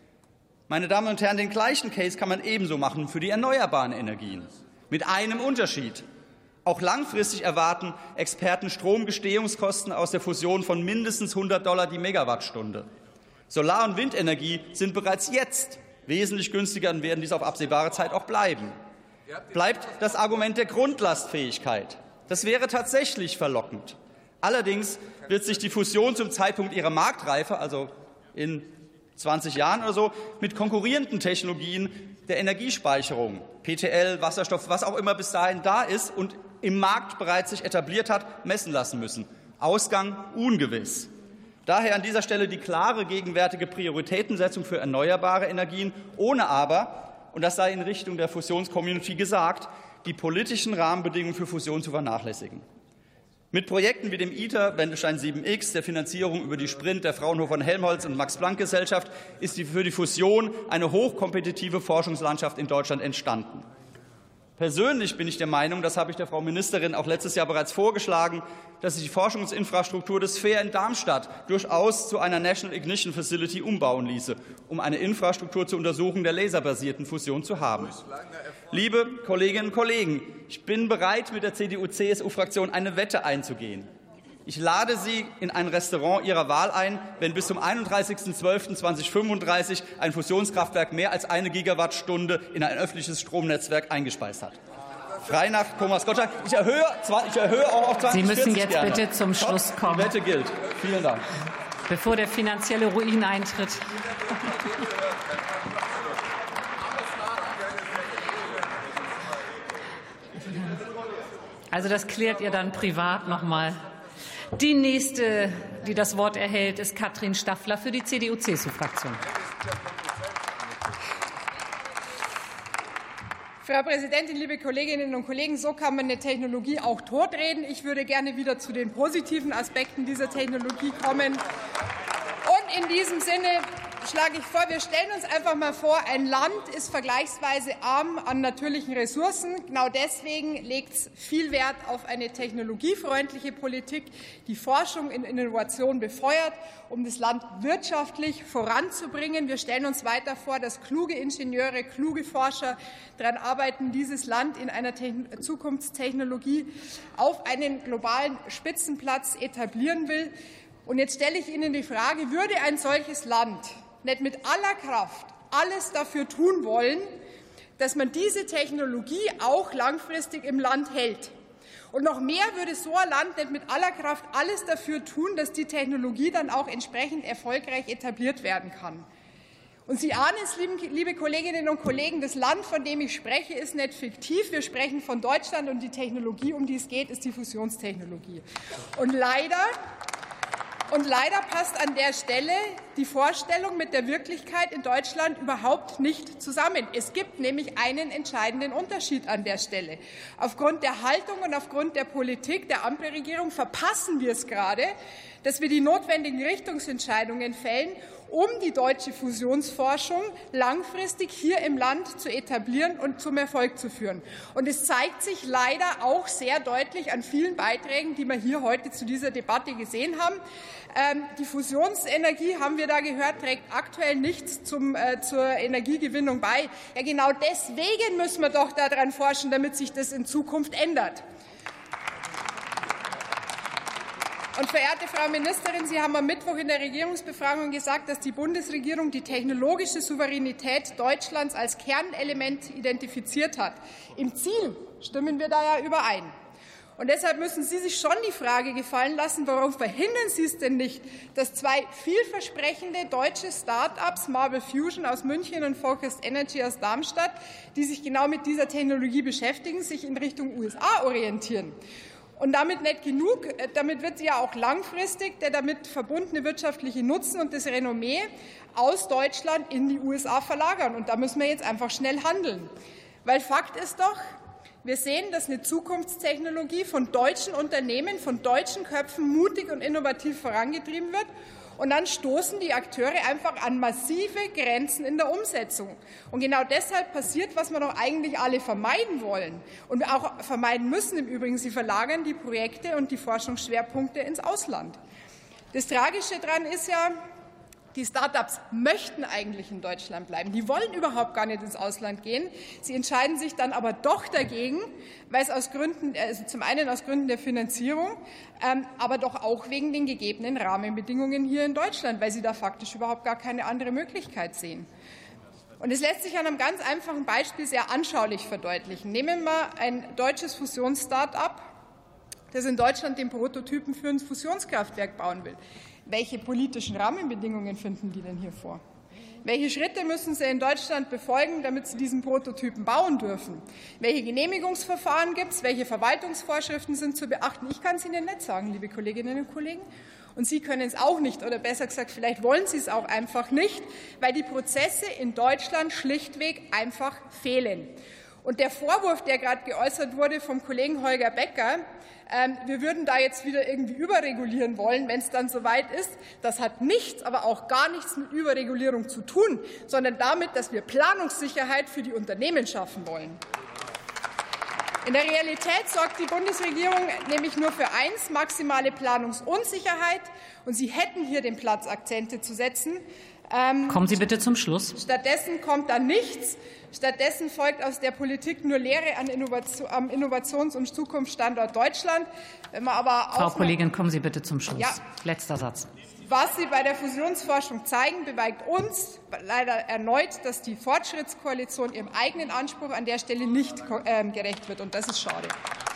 [SPEAKER 13] Meine Damen und Herren, den gleichen Case kann man ebenso machen für die erneuerbaren Energien. Mit einem Unterschied. Auch langfristig erwarten Experten Stromgestehungskosten aus der Fusion von mindestens $100 die Megawattstunde. Solar- und Windenergie sind bereits jetzt wesentlich günstiger und werden dies auf absehbare Zeit auch bleiben. Bleibt das Argument der Grundlastfähigkeit. Das wäre tatsächlich verlockend. Allerdings wird sich die Fusion zum Zeitpunkt ihrer Marktreife, also in 20 Jahren oder so, mit konkurrierenden Technologien der Energiespeicherung, PTL, Wasserstoff, was auch immer bis dahin da ist und im Markt bereits sich etabliert hat, messen lassen müssen. Ausgang ungewiss. Daher an dieser Stelle die klare gegenwärtige Prioritätensetzung für erneuerbare Energien, ohne aber, und das sei in Richtung der Fusionscommunity gesagt, die politischen Rahmenbedingungen für Fusion zu vernachlässigen. Mit Projekten wie dem ITER, Wendelstein 7X, der Finanzierung über die Sprint, der Fraunhofer-Helmholtz und Max-Planck-Gesellschaft ist für die Fusion eine hochkompetitive Forschungslandschaft in Deutschland entstanden. Persönlich bin ich der Meinung, das habe ich der Frau Ministerin auch letztes Jahr bereits vorgeschlagen, dass sich die Forschungsinfrastruktur des FAIR in Darmstadt durchaus zu einer National Ignition Facility umbauen ließe, um eine Infrastruktur zur Untersuchung der laserbasierten Fusion zu haben. Liebe Kolleginnen und Kollegen, ich bin bereit, mit der CDU-CSU-Fraktion eine Wette einzugehen. Ich lade Sie in ein Restaurant Ihrer Wahl ein, wenn bis zum 31.12.2035 ein Fusionskraftwerk mehr als 1 Gigawattstunde in ein öffentliches Stromnetzwerk eingespeist hat. Frei nach Thomas Gottschalk. Ich erhöhe auch auf 2040.
[SPEAKER 4] Sie müssen jetzt
[SPEAKER 13] gerne.
[SPEAKER 4] Bitte zum Schluss kommen.
[SPEAKER 13] Die Wette gilt. Vielen Dank.
[SPEAKER 4] Bevor der finanzielle Ruin eintritt. Also das klärt ihr dann privat noch mal. Die nächste, die das Wort erhält, ist Katrin Staffler für die CDU-CSU-Fraktion.
[SPEAKER 14] Frau Präsidentin, liebe Kolleginnen und Kollegen! So kann man eine Technologie auch totreden. Ich würde gerne wieder zu den positiven Aspekten dieser Technologie kommen. Und in diesem Sinne schlage ich vor, wir stellen uns einfach mal vor, ein Land ist vergleichsweise arm an natürlichen Ressourcen. Genau deswegen legt es viel Wert auf eine technologiefreundliche Politik, die Forschung und Innovation befeuert, um das Land wirtschaftlich voranzubringen. Wir stellen uns weiter vor, dass kluge Ingenieure, kluge Forscher daran arbeiten, dieses Land in einer Zukunftstechnologie auf einen globalen Spitzenplatz etablieren will. Und jetzt stelle ich Ihnen die Frage, würde ein solches Land nicht mit aller Kraft alles dafür tun wollen, dass man diese Technologie auch langfristig im Land hält? Und noch mehr würde so ein Land nicht mit aller Kraft alles dafür tun, dass die Technologie dann auch entsprechend erfolgreich etabliert werden kann. Und Sie ahnen es, liebe Kolleginnen und Kollegen, das Land, von dem ich spreche, ist nicht fiktiv. Wir sprechen von Deutschland, und die Technologie, um die es geht, ist die Fusionstechnologie. Und leider passt an der Stelle die Vorstellung mit der Wirklichkeit in Deutschland überhaupt nicht zusammen. Es gibt nämlich einen entscheidenden Unterschied an der Stelle. Aufgrund der Haltung und aufgrund der Politik der Ampelregierung verpassen wir es gerade, dass wir die notwendigen Richtungsentscheidungen fällen, um die deutsche Fusionsforschung langfristig hier im Land zu etablieren und zum Erfolg zu führen. Und es zeigt sich leider auch sehr deutlich an vielen Beiträgen, die wir hier heute zu dieser Debatte gesehen haben. Die Fusionsenergie, haben wir da gehört, trägt aktuell nichts zur Energiegewinnung bei. Ja, genau deswegen müssen wir doch daran forschen, damit sich das in Zukunft ändert. Und verehrte Frau Ministerin, Sie haben am Mittwoch in der Regierungsbefragung gesagt, dass die Bundesregierung die technologische Souveränität Deutschlands als Kernelement identifiziert hat. Im Ziel stimmen wir da ja überein. Und deshalb müssen Sie sich schon die Frage gefallen lassen, warum verhindern Sie es denn nicht, dass zwei vielversprechende deutsche Start-ups, Marble Fusion aus München und Focused Energy aus Darmstadt, die sich genau mit dieser Technologie beschäftigen, sich in Richtung USA orientieren? Und damit nicht genug, damit wird ja auch langfristig der damit verbundene wirtschaftliche Nutzen und das Renommee aus Deutschland in die USA verlagern. Und da müssen wir jetzt einfach schnell handeln. Weil Fakt ist doch, wir sehen, dass eine Zukunftstechnologie von deutschen Unternehmen, von deutschen Köpfen mutig und innovativ vorangetrieben wird. Und dann stoßen die Akteure einfach an massive Grenzen in der Umsetzung. Und genau deshalb passiert, was wir doch eigentlich alle vermeiden wollen und auch vermeiden müssen im Übrigen. Sie verlagern die Projekte und die Forschungsschwerpunkte ins Ausland. Das Tragische daran ist ja, die Start-ups möchten eigentlich in Deutschland bleiben. Die wollen überhaupt gar nicht ins Ausland gehen. Sie entscheiden sich dann aber doch dagegen, weil es aus Gründen, also zum einen aus Gründen der Finanzierung, aber doch auch wegen den gegebenen Rahmenbedingungen hier in Deutschland, weil sie da faktisch überhaupt gar keine andere Möglichkeit sehen. Und es lässt sich an einem ganz einfachen Beispiel sehr anschaulich verdeutlichen. Nehmen wir ein deutsches Fusions-Start-up, das in Deutschland den Prototypen für ein Fusionskraftwerk bauen will. Welche politischen Rahmenbedingungen finden die denn hier vor? Welche Schritte müssen sie in Deutschland befolgen, damit sie diesen Prototypen bauen dürfen? Welche Genehmigungsverfahren gibt es? Welche Verwaltungsvorschriften sind zu beachten? Ich kann es Ihnen nicht sagen, liebe Kolleginnen und Kollegen. Und Sie können es auch nicht, oder besser gesagt, vielleicht wollen Sie es auch einfach nicht, weil die Prozesse in Deutschland schlichtweg einfach fehlen. Und der Vorwurf, der gerade geäußert wurde vom Kollegen Holger Becker, wir würden da jetzt wieder irgendwie überregulieren wollen, wenn es dann soweit ist, das hat nichts, aber auch gar nichts mit Überregulierung zu tun, sondern damit, dass wir Planungssicherheit für die Unternehmen schaffen wollen. In der Realität sorgt die Bundesregierung nämlich nur für eins, maximale Planungsunsicherheit. Und Sie hätten hier den Platz, Akzente zu setzen.
[SPEAKER 4] Kommen Sie bitte zum Schluss.
[SPEAKER 14] Stattdessen kommt da nichts. Stattdessen folgt aus der Politik nur Lehre am Innovations- und Zukunftsstandort Deutschland. Wenn man aber
[SPEAKER 4] Frau Kollegin, kommen Sie bitte zum Schluss.
[SPEAKER 14] Ja.
[SPEAKER 4] Letzter Satz.
[SPEAKER 14] Was Sie bei der Fusionsforschung zeigen, beweist uns leider erneut, dass die Fortschrittskoalition ihrem eigenen Anspruch an der Stelle nicht gerecht wird. Und das ist schade.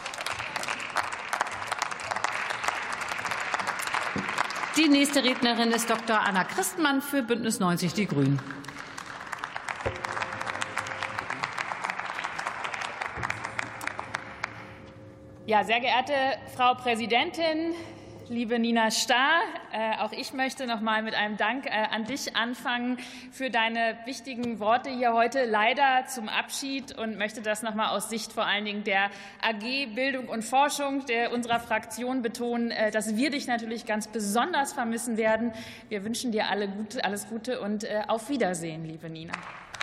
[SPEAKER 4] Die nächste Rednerin ist Dr. Anna Christenmann für Bündnis 90 Die Grünen.
[SPEAKER 15] Ja, sehr geehrte Frau Präsidentin,
[SPEAKER 2] liebe Nina Stahr. Auch ich möchte noch mal mit einem Dank an dich anfangen für deine wichtigen Worte hier heute, leider zum Abschied, und möchte das noch mal aus Sicht vor allen Dingen der AG Bildung und Forschung unserer Fraktion betonen, dass wir dich natürlich ganz besonders vermissen werden. Wir wünschen dir alles Gute und auf Wiedersehen, liebe Nina.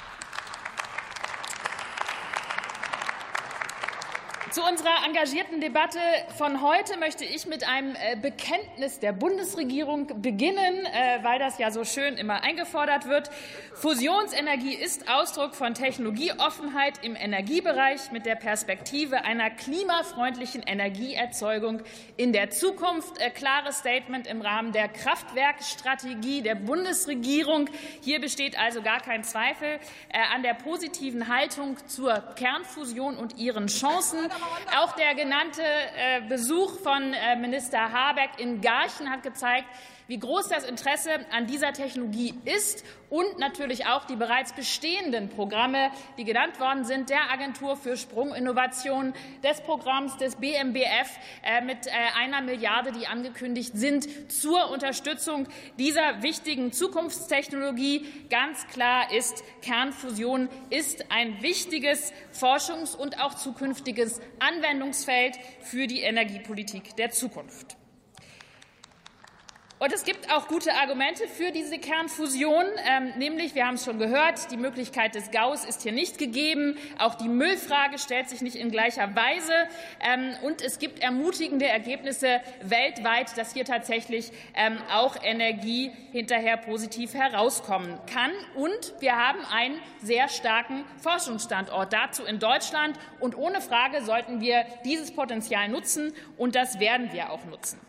[SPEAKER 2] Zu unserer engagierten Debatte von heute möchte ich mit einem Bekenntnis der Bundesregierung beginnen, weil das ja so schön immer eingefordert wird. Fusionsenergie ist Ausdruck von Technologieoffenheit im Energiebereich mit der Perspektive einer klimafreundlichen Energieerzeugung in der Zukunft. Klares Statement im Rahmen der Kraftwerkstrategie der Bundesregierung. Hier besteht also gar kein Zweifel an der positiven Haltung zur Kernfusion und ihren Chancen. Auch der genannte Besuch von Minister Habeck in Garching hat gezeigt, wie groß das Interesse an dieser Technologie ist, und natürlich auch die bereits bestehenden Programme, die genannt worden sind, der Agentur für Sprunginnovation, des Programms des BMBF mit 1 Milliarde, die angekündigt sind, zur Unterstützung dieser wichtigen Zukunftstechnologie. Ganz klar ist, Kernfusion ist ein wichtiges Forschungs- und auch zukünftiges Anwendungsfeld für die Energiepolitik der Zukunft. Und es gibt auch gute Argumente für diese Kernfusion, nämlich, wir haben es schon gehört, die Möglichkeit des Gaus ist hier nicht gegeben. Auch die Müllfrage stellt sich nicht in gleicher Weise. Und es gibt ermutigende Ergebnisse weltweit, dass hier tatsächlich auch Energie hinterher positiv herauskommen kann. Und wir haben einen sehr starken Forschungsstandort dazu in Deutschland. Und ohne Frage sollten wir dieses Potenzial nutzen. Und das werden wir auch nutzen.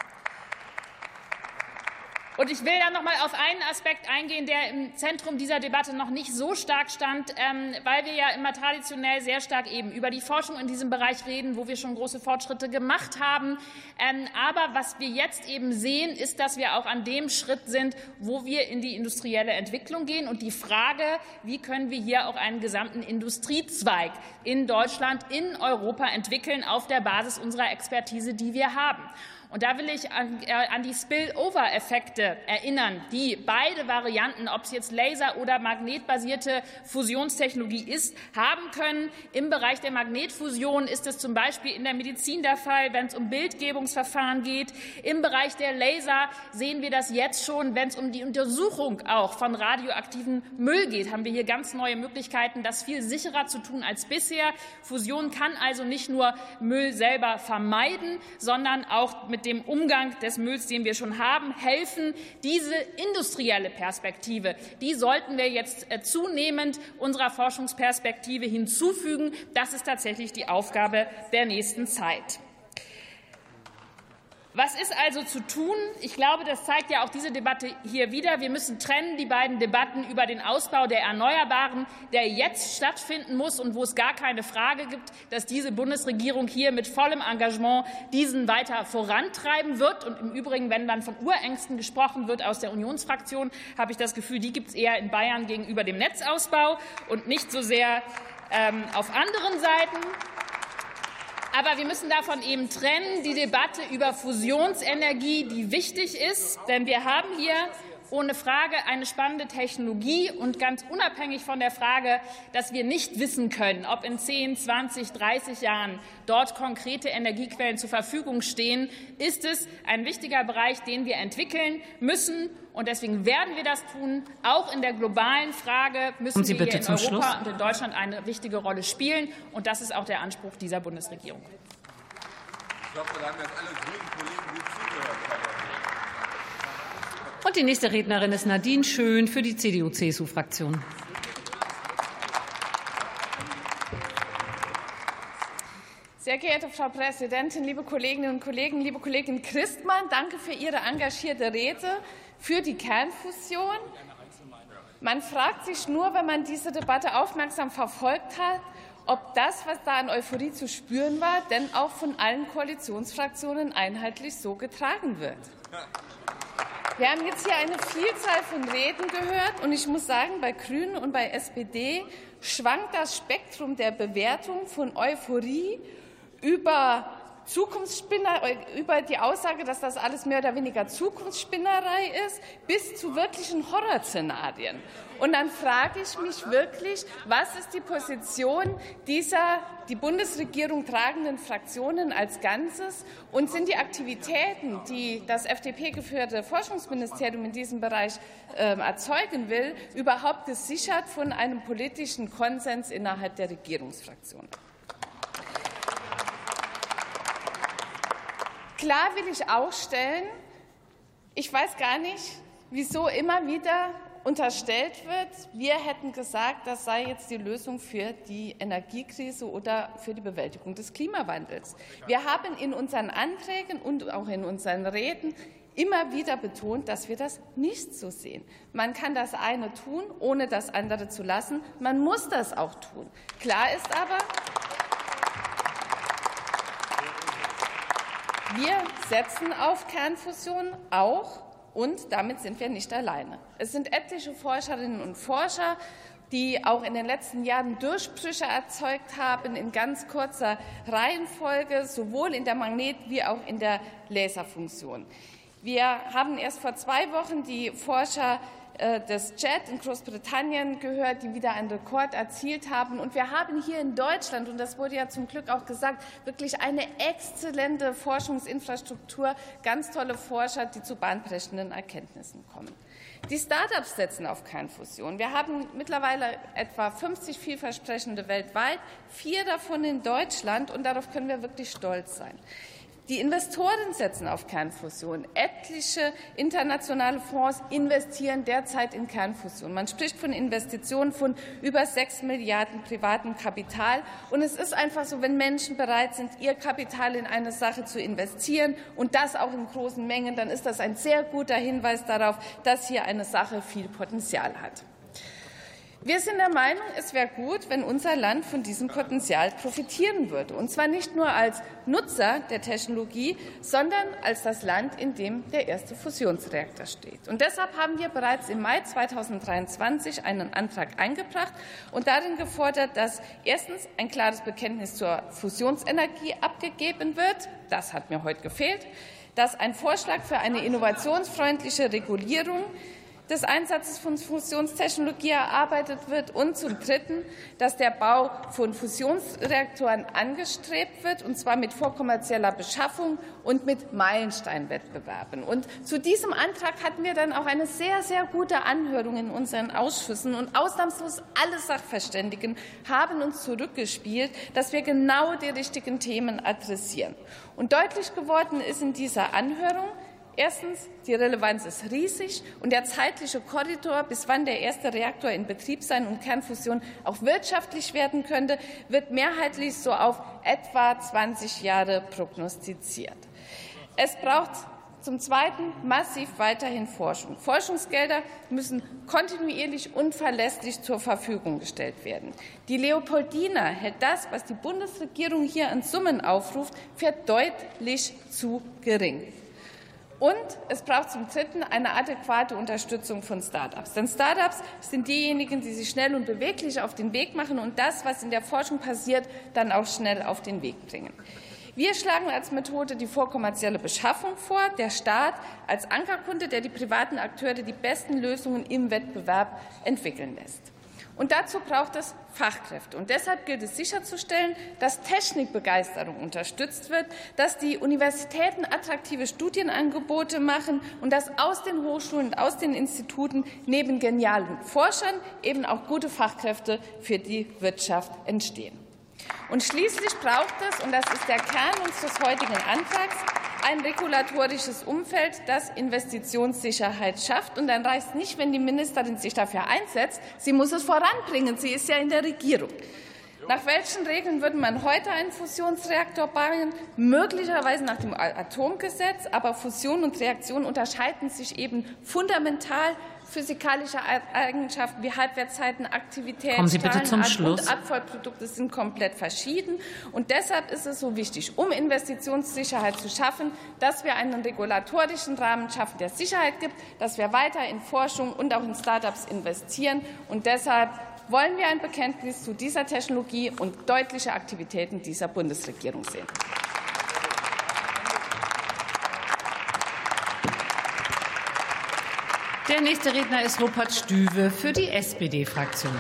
[SPEAKER 2] Und ich will dann noch mal auf einen Aspekt eingehen, der im Zentrum dieser Debatte noch nicht so stark stand, weil wir ja immer traditionell sehr stark eben über die Forschung in diesem Bereich reden, wo wir schon große Fortschritte gemacht haben. Aber was wir jetzt eben sehen, ist, dass wir auch an dem Schritt sind, wo wir in die industrielle Entwicklung gehen. Und die Frage, wie können wir hier auch einen gesamten Industriezweig in Deutschland, in Europa entwickeln auf der Basis unserer Expertise, die wir haben. Und da will ich an die Spillover-Effekte erinnern, die beide Varianten, ob es jetzt Laser- oder magnetbasierte Fusionstechnologie ist, haben können. Im Bereich der Magnetfusion ist es zum Beispiel in der Medizin der Fall, wenn es um Bildgebungsverfahren geht. Im Bereich der Laser sehen wir das jetzt schon, wenn es um die Untersuchung auch von radioaktiven Müll geht, haben wir hier ganz neue Möglichkeiten, das viel sicherer zu tun als bisher. Fusion kann also nicht nur Müll selber vermeiden, sondern auch mit dem Umgang des Mülls, den wir schon haben, helfen. Diese industrielle Perspektive, die sollten wir jetzt zunehmend unserer Forschungsperspektive hinzufügen. Das ist tatsächlich die Aufgabe der nächsten Zeit. Was ist also zu tun? Ich glaube, das zeigt ja auch diese Debatte hier wieder. Wir müssen trennen die beiden Debatten über den Ausbau der Erneuerbaren, der jetzt stattfinden muss und wo es gar keine Frage gibt, dass diese Bundesregierung hier mit vollem Engagement diesen weiter vorantreiben wird. Und im Übrigen, wenn dann von Urängsten gesprochen wird aus der Unionsfraktion, habe ich das Gefühl, die gibt es eher in Bayern gegenüber dem Netzausbau und nicht so sehr auf anderen Seiten. Aber wir müssen davon eben trennen, die Debatte über Fusionsenergie, die wichtig ist. Denn wir haben hier ohne Frage eine spannende Technologie. Und ganz unabhängig von der Frage, dass wir nicht wissen können, ob in 10, 20, 30 Jahren dort konkrete Energiequellen zur Verfügung stehen, ist es ein wichtiger Bereich, den wir entwickeln müssen. Und deswegen werden wir das tun. Auch in der globalen Frage müssen wir hier in Europa und in Deutschland eine wichtige Rolle spielen. Und das ist auch der Anspruch dieser Bundesregierung.
[SPEAKER 15] Ich glaube, da haben jetzt alle grünen Kollegen gut zugehört.
[SPEAKER 4] Und die nächste Rednerin ist Nadine Schön für die CDU-CSU-Fraktion.
[SPEAKER 16] Sehr geehrte Frau Präsidentin, liebe Kolleginnen und Kollegen, liebe Kollegin Christmann, danke für Ihre engagierte Rede für die Kernfusion. Man fragt sich nur, wenn man diese Debatte aufmerksam verfolgt hat, ob das, was da an Euphorie zu spüren war, denn auch von allen Koalitionsfraktionen einheitlich so getragen wird. Wir haben jetzt hier eine Vielzahl von Reden gehört, und ich muss sagen, bei Grünen und bei SPD schwankt das Spektrum der Bewertung von Euphorie über über die Aussage, dass das alles mehr oder weniger Zukunftsspinnerei ist, bis zu wirklichen Horrorszenarien. Und dann frage ich mich wirklich, was ist die Position dieser die Bundesregierung tragenden Fraktionen als Ganzes? Und sind die Aktivitäten, die das FDP-geführte Forschungsministerium in diesem Bereich erzeugen will, überhaupt gesichert von einem politischen Konsens innerhalb der Regierungsfraktion? Klar will ich auch stellen, ich weiß gar nicht, wieso immer wieder unterstellt wird, wir hätten gesagt, das sei jetzt die Lösung für die Energiekrise oder für die Bewältigung des Klimawandels. Wir haben in unseren Anträgen und auch in unseren Reden immer wieder betont, dass wir das nicht so sehen. Man kann das eine tun, ohne das andere zu lassen. Man muss das auch tun. Klar ist aber, wir setzen auf Kernfusion auch, und damit sind wir nicht alleine. Es sind etliche Forscherinnen und Forscher, die auch in den letzten Jahren Durchbrüche erzeugt haben in ganz kurzer Reihenfolge, sowohl in der Magnet- wie auch in der Laserfunktion. Wir haben erst vor 2 Wochen die Forscher des JET in Großbritannien gehört, die wieder einen Rekord erzielt haben. Und wir haben hier in Deutschland, und das wurde ja zum Glück auch gesagt, wirklich eine exzellente Forschungsinfrastruktur, ganz tolle Forscher, die zu bahnbrechenden Erkenntnissen kommen. Die Start-ups setzen auf Kernfusion. Wir haben mittlerweile etwa 50 vielversprechende weltweit, 4 davon in Deutschland, und darauf können wir wirklich stolz sein. Die Investoren setzen auf Kernfusion. Etliche internationale Fonds investieren derzeit in Kernfusion. Man spricht von Investitionen von über 6 Milliarden privatem Kapital. Und es ist einfach so, wenn Menschen bereit sind, ihr Kapital in eine Sache zu investieren und das auch in großen Mengen, dann ist das ein sehr guter Hinweis darauf, dass hier eine Sache viel Potenzial hat. Wir sind der Meinung, es wäre gut, wenn unser Land von diesem Potenzial profitieren würde. Und zwar nicht nur als Nutzer der Technologie, sondern als das Land, in dem der erste Fusionsreaktor steht. Und deshalb haben wir bereits im Mai 2023 einen Antrag eingebracht und darin gefordert, dass erstens ein klares Bekenntnis zur Fusionsenergie abgegeben wird. Das hat mir heute gefehlt. Dass ein Vorschlag für eine innovationsfreundliche Regulierung des Einsatzes von Fusionstechnologie erarbeitet wird und zum Dritten, dass der Bau von Fusionsreaktoren angestrebt wird, und zwar mit vorkommerzieller Beschaffung und mit Meilensteinwettbewerben. Und zu diesem Antrag hatten wir dann auch eine sehr, sehr gute Anhörung in unseren Ausschüssen, und ausnahmslos alle Sachverständigen haben uns zurückgespielt, dass wir genau die richtigen Themen adressieren. Und deutlich geworden ist in dieser Anhörung, erstens, die Relevanz ist riesig, und der zeitliche Korridor, bis wann der erste Reaktor in Betrieb sein und Kernfusion auch wirtschaftlich werden könnte, wird mehrheitlich so auf etwa 20 Jahre prognostiziert. Es braucht zum Zweiten massiv weiterhin Forschung. Forschungsgelder müssen kontinuierlich und verlässlich zur Verfügung gestellt werden. Die Leopoldina hält das, was die Bundesregierung hier an Summen aufruft, für deutlich zu gering. Und es braucht zum Dritten eine adäquate Unterstützung von Start-ups. Denn Start-ups sind diejenigen, die sich schnell und beweglich auf den Weg machen und das, was in der Forschung passiert, dann auch schnell auf den Weg bringen. Wir schlagen als Methode die vorkommerzielle Beschaffung vor, der Staat als Ankerkunde, der die privaten Akteure die besten Lösungen im Wettbewerb entwickeln lässt. Und dazu braucht es Fachkräfte. Und deshalb gilt es sicherzustellen, dass Technikbegeisterung unterstützt wird, dass die Universitäten attraktive Studienangebote machen und dass aus den Hochschulen und aus den Instituten neben genialen Forschern eben auch gute Fachkräfte für die Wirtschaft entstehen. Und schließlich braucht es, und das ist der Kern unseres heutigen Antrags, ein regulatorisches Umfeld, das Investitionssicherheit schafft. Und dann reicht es nicht, wenn die Ministerin sich dafür einsetzt. Sie muss es voranbringen. Sie ist ja in der Regierung. Nach welchen Regeln würde man heute einen Fusionsreaktor bauen? Möglicherweise nach dem Atomgesetz. Aber Fusion und Reaktion unterscheiden sich eben fundamental. Physikalische Eigenschaften wie Halbwertszeiten, Aktivität, Strahlenart und Abfallprodukte sind komplett verschieden. Und deshalb ist es so wichtig, um Investitionssicherheit zu schaffen, dass wir einen regulatorischen Rahmen schaffen, der Sicherheit gibt, dass wir weiter in Forschung und auch in Start-ups investieren. Und deshalb wollen wir ein Bekenntnis zu dieser Technologie und deutliche Aktivitäten dieser Bundesregierung sehen.
[SPEAKER 4] Der nächste Redner ist Rupert Stüwe für die SPD-Fraktion.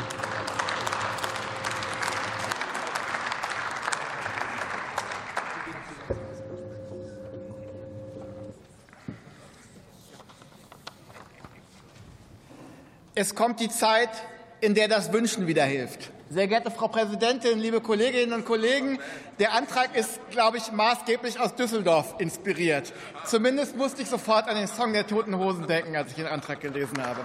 [SPEAKER 17] Es kommt die Zeit, in der das Wünschen wieder hilft. Sehr geehrte Frau Präsidentin, liebe Kolleginnen und Kollegen, der Antrag ist, glaube ich, maßgeblich aus Düsseldorf inspiriert. Zumindest musste ich sofort an den Song der Toten Hosen denken, als ich den Antrag gelesen habe.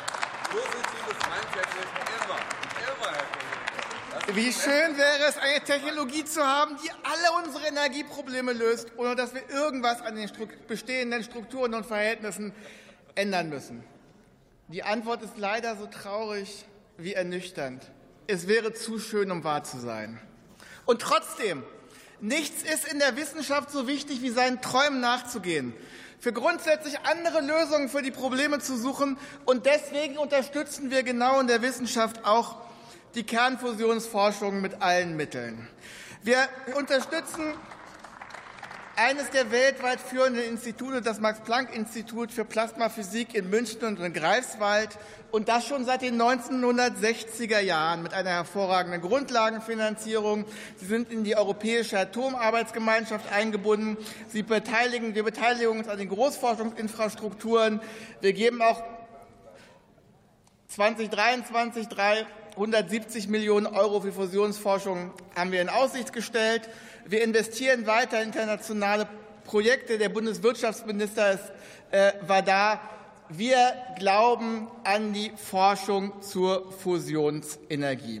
[SPEAKER 17] Wie schön wäre es, eine Technologie zu haben, die alle unsere Energieprobleme löst, ohne dass wir irgendwas an den bestehenden Strukturen und Verhältnissen ändern müssen. Die Antwort ist leider so traurig wie ernüchternd. Es wäre zu schön, um wahr zu sein. Und trotzdem, nichts ist in der Wissenschaft so wichtig, wie seinen Träumen nachzugehen, für grundsätzlich andere Lösungen für die Probleme zu suchen. Und deswegen unterstützen wir genau in der Wissenschaft auch die Kernfusionsforschung mit allen Mitteln. Wir unterstützen eines der weltweit führenden Institute, das Max-Planck-Institut für Plasmaphysik in München und in Greifswald, und das schon seit den 1960er Jahren mit einer hervorragenden Grundlagenfinanzierung. Sie sind in die Europäische Atomarbeitsgemeinschaft eingebunden. Wir beteiligen uns an den Großforschungsinfrastrukturen. Wir geben auch 2023 370 Millionen € für Fusionsforschung haben wir in Aussicht gestellt. Wir investieren weiter in internationale Projekte. Der Bundeswirtschaftsminister war da. Wir glauben an die Forschung zur Fusionsenergie.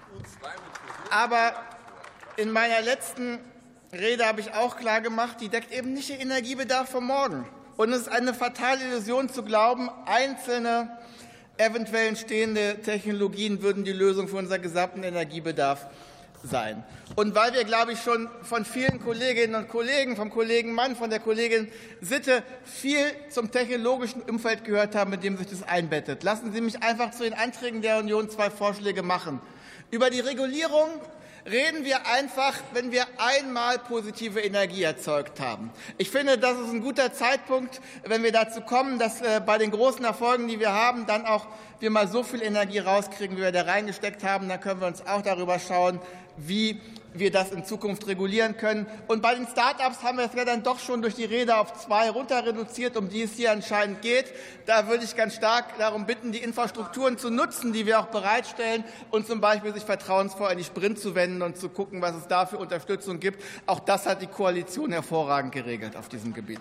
[SPEAKER 17] Aber in meiner letzten Rede habe ich auch klar gemacht, die deckt eben nicht den Energiebedarf von morgen. Und es ist eine fatale Illusion zu glauben, einzelne eventuell entstehende Technologien würden die Lösung für unseren gesamten Energiebedarf sein. Und weil wir, glaube ich, schon von vielen Kolleginnen und Kollegen, vom Kollegen Mann, von der Kollegin Sitte viel zum technologischen Umfeld gehört haben, mit dem sich das einbettet, lassen Sie mich einfach zu den Anträgen der Union 2 Vorschläge machen. Über die Regulierung reden wir einfach, wenn wir einmal positive Energie erzeugt haben. Ich finde, das ist ein guter Zeitpunkt, wenn wir dazu kommen, dass bei den großen Erfolgen, die wir haben, dann auch wir mal so viel Energie rauskriegen, wie wir da reingesteckt haben. Dann können wir uns auch darüber schauen, wie wir das in Zukunft regulieren können. Und bei den Start-ups haben wir es ja dann doch schon durch die Rede auf 2 runter reduziert, um die es hier anscheinend geht. Da würde ich ganz stark darum bitten, die Infrastrukturen zu nutzen, die wir auch bereitstellen, und zum Beispiel sich vertrauensvoll an die Sprint zu wenden und zu gucken, was es da für Unterstützung gibt. Auch das hat die Koalition hervorragend geregelt auf diesem Gebiet.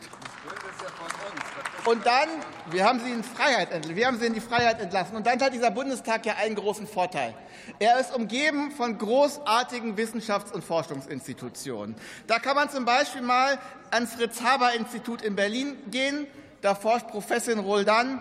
[SPEAKER 17] Und dann, wir haben sie in die Freiheit entlassen. Und dann hat dieser Bundestag ja einen großen Vorteil. Er ist umgeben von großartigen Wissenschafts- und Forschungsinstitutionen. Da kann man zum Beispiel mal ans Fritz-Haber-Institut in Berlin gehen. Da forscht Professorin Roldan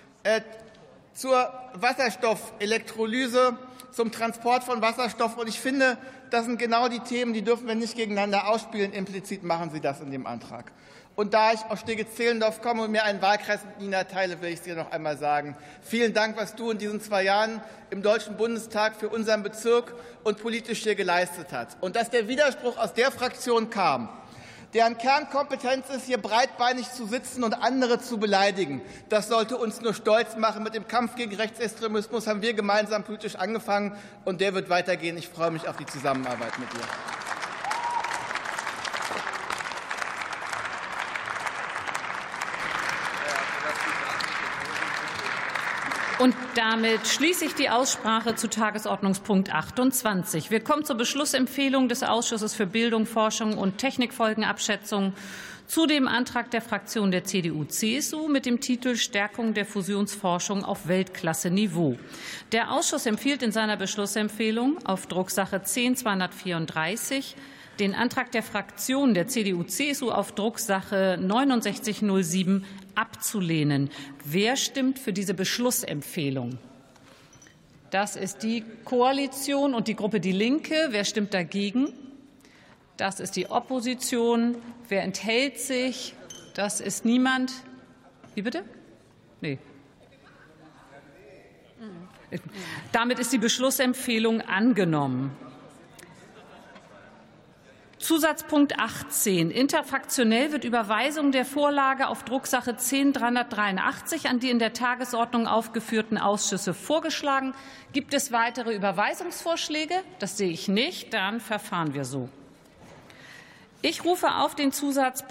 [SPEAKER 17] zur Wasserstoffelektrolyse, zum Transport von Wasserstoff. Und ich finde, das sind genau die Themen, die dürfen wir nicht gegeneinander ausspielen. Implizit machen Sie das in dem Antrag. Und da ich aus Steglitz-Zehlendorf komme und mir einen Wahlkreis mit Nina teile, will ich dir noch einmal sagen: Vielen Dank, was du in diesen 2 Jahren im Deutschen Bundestag für unseren Bezirk und politisch hier geleistet hast. Und dass der Widerspruch aus der Fraktion kam, deren Kernkompetenz ist, hier breitbeinig zu sitzen und andere zu beleidigen, das sollte uns nur stolz machen. Mit dem Kampf gegen Rechtsextremismus haben wir gemeinsam politisch angefangen, und der wird weitergehen. Ich freue mich auf die Zusammenarbeit mit dir.
[SPEAKER 4] Und damit schließe ich die Aussprache zu Tagesordnungspunkt 28. Wir kommen zur Beschlussempfehlung des Ausschusses für Bildung, Forschung und Technikfolgenabschätzung zu dem Antrag der Fraktion der CDU-CSU mit dem Titel Stärkung der Fusionsforschung auf Weltklasse-Niveau. Der Ausschuss empfiehlt in seiner Beschlussempfehlung auf Drucksache 10-234 den Antrag der Fraktion der CDU-CSU auf Drucksache 6907 abzulehnen. Wer stimmt für diese Beschlussempfehlung? Das ist die Koalition und die Gruppe Die Linke. Wer stimmt dagegen? Das ist die Opposition. Wer enthält sich? Das ist niemand. Wie bitte? Nee. Damit ist die Beschlussempfehlung angenommen. Zusatzpunkt 18. Interfraktionell wird Überweisung der Vorlage auf Drucksache 10-383 an die in der Tagesordnung aufgeführten Ausschüsse vorgeschlagen. Gibt es weitere Überweisungsvorschläge? Das sehe ich nicht. Dann verfahren wir so. Ich rufe auf den Zusatzpunkt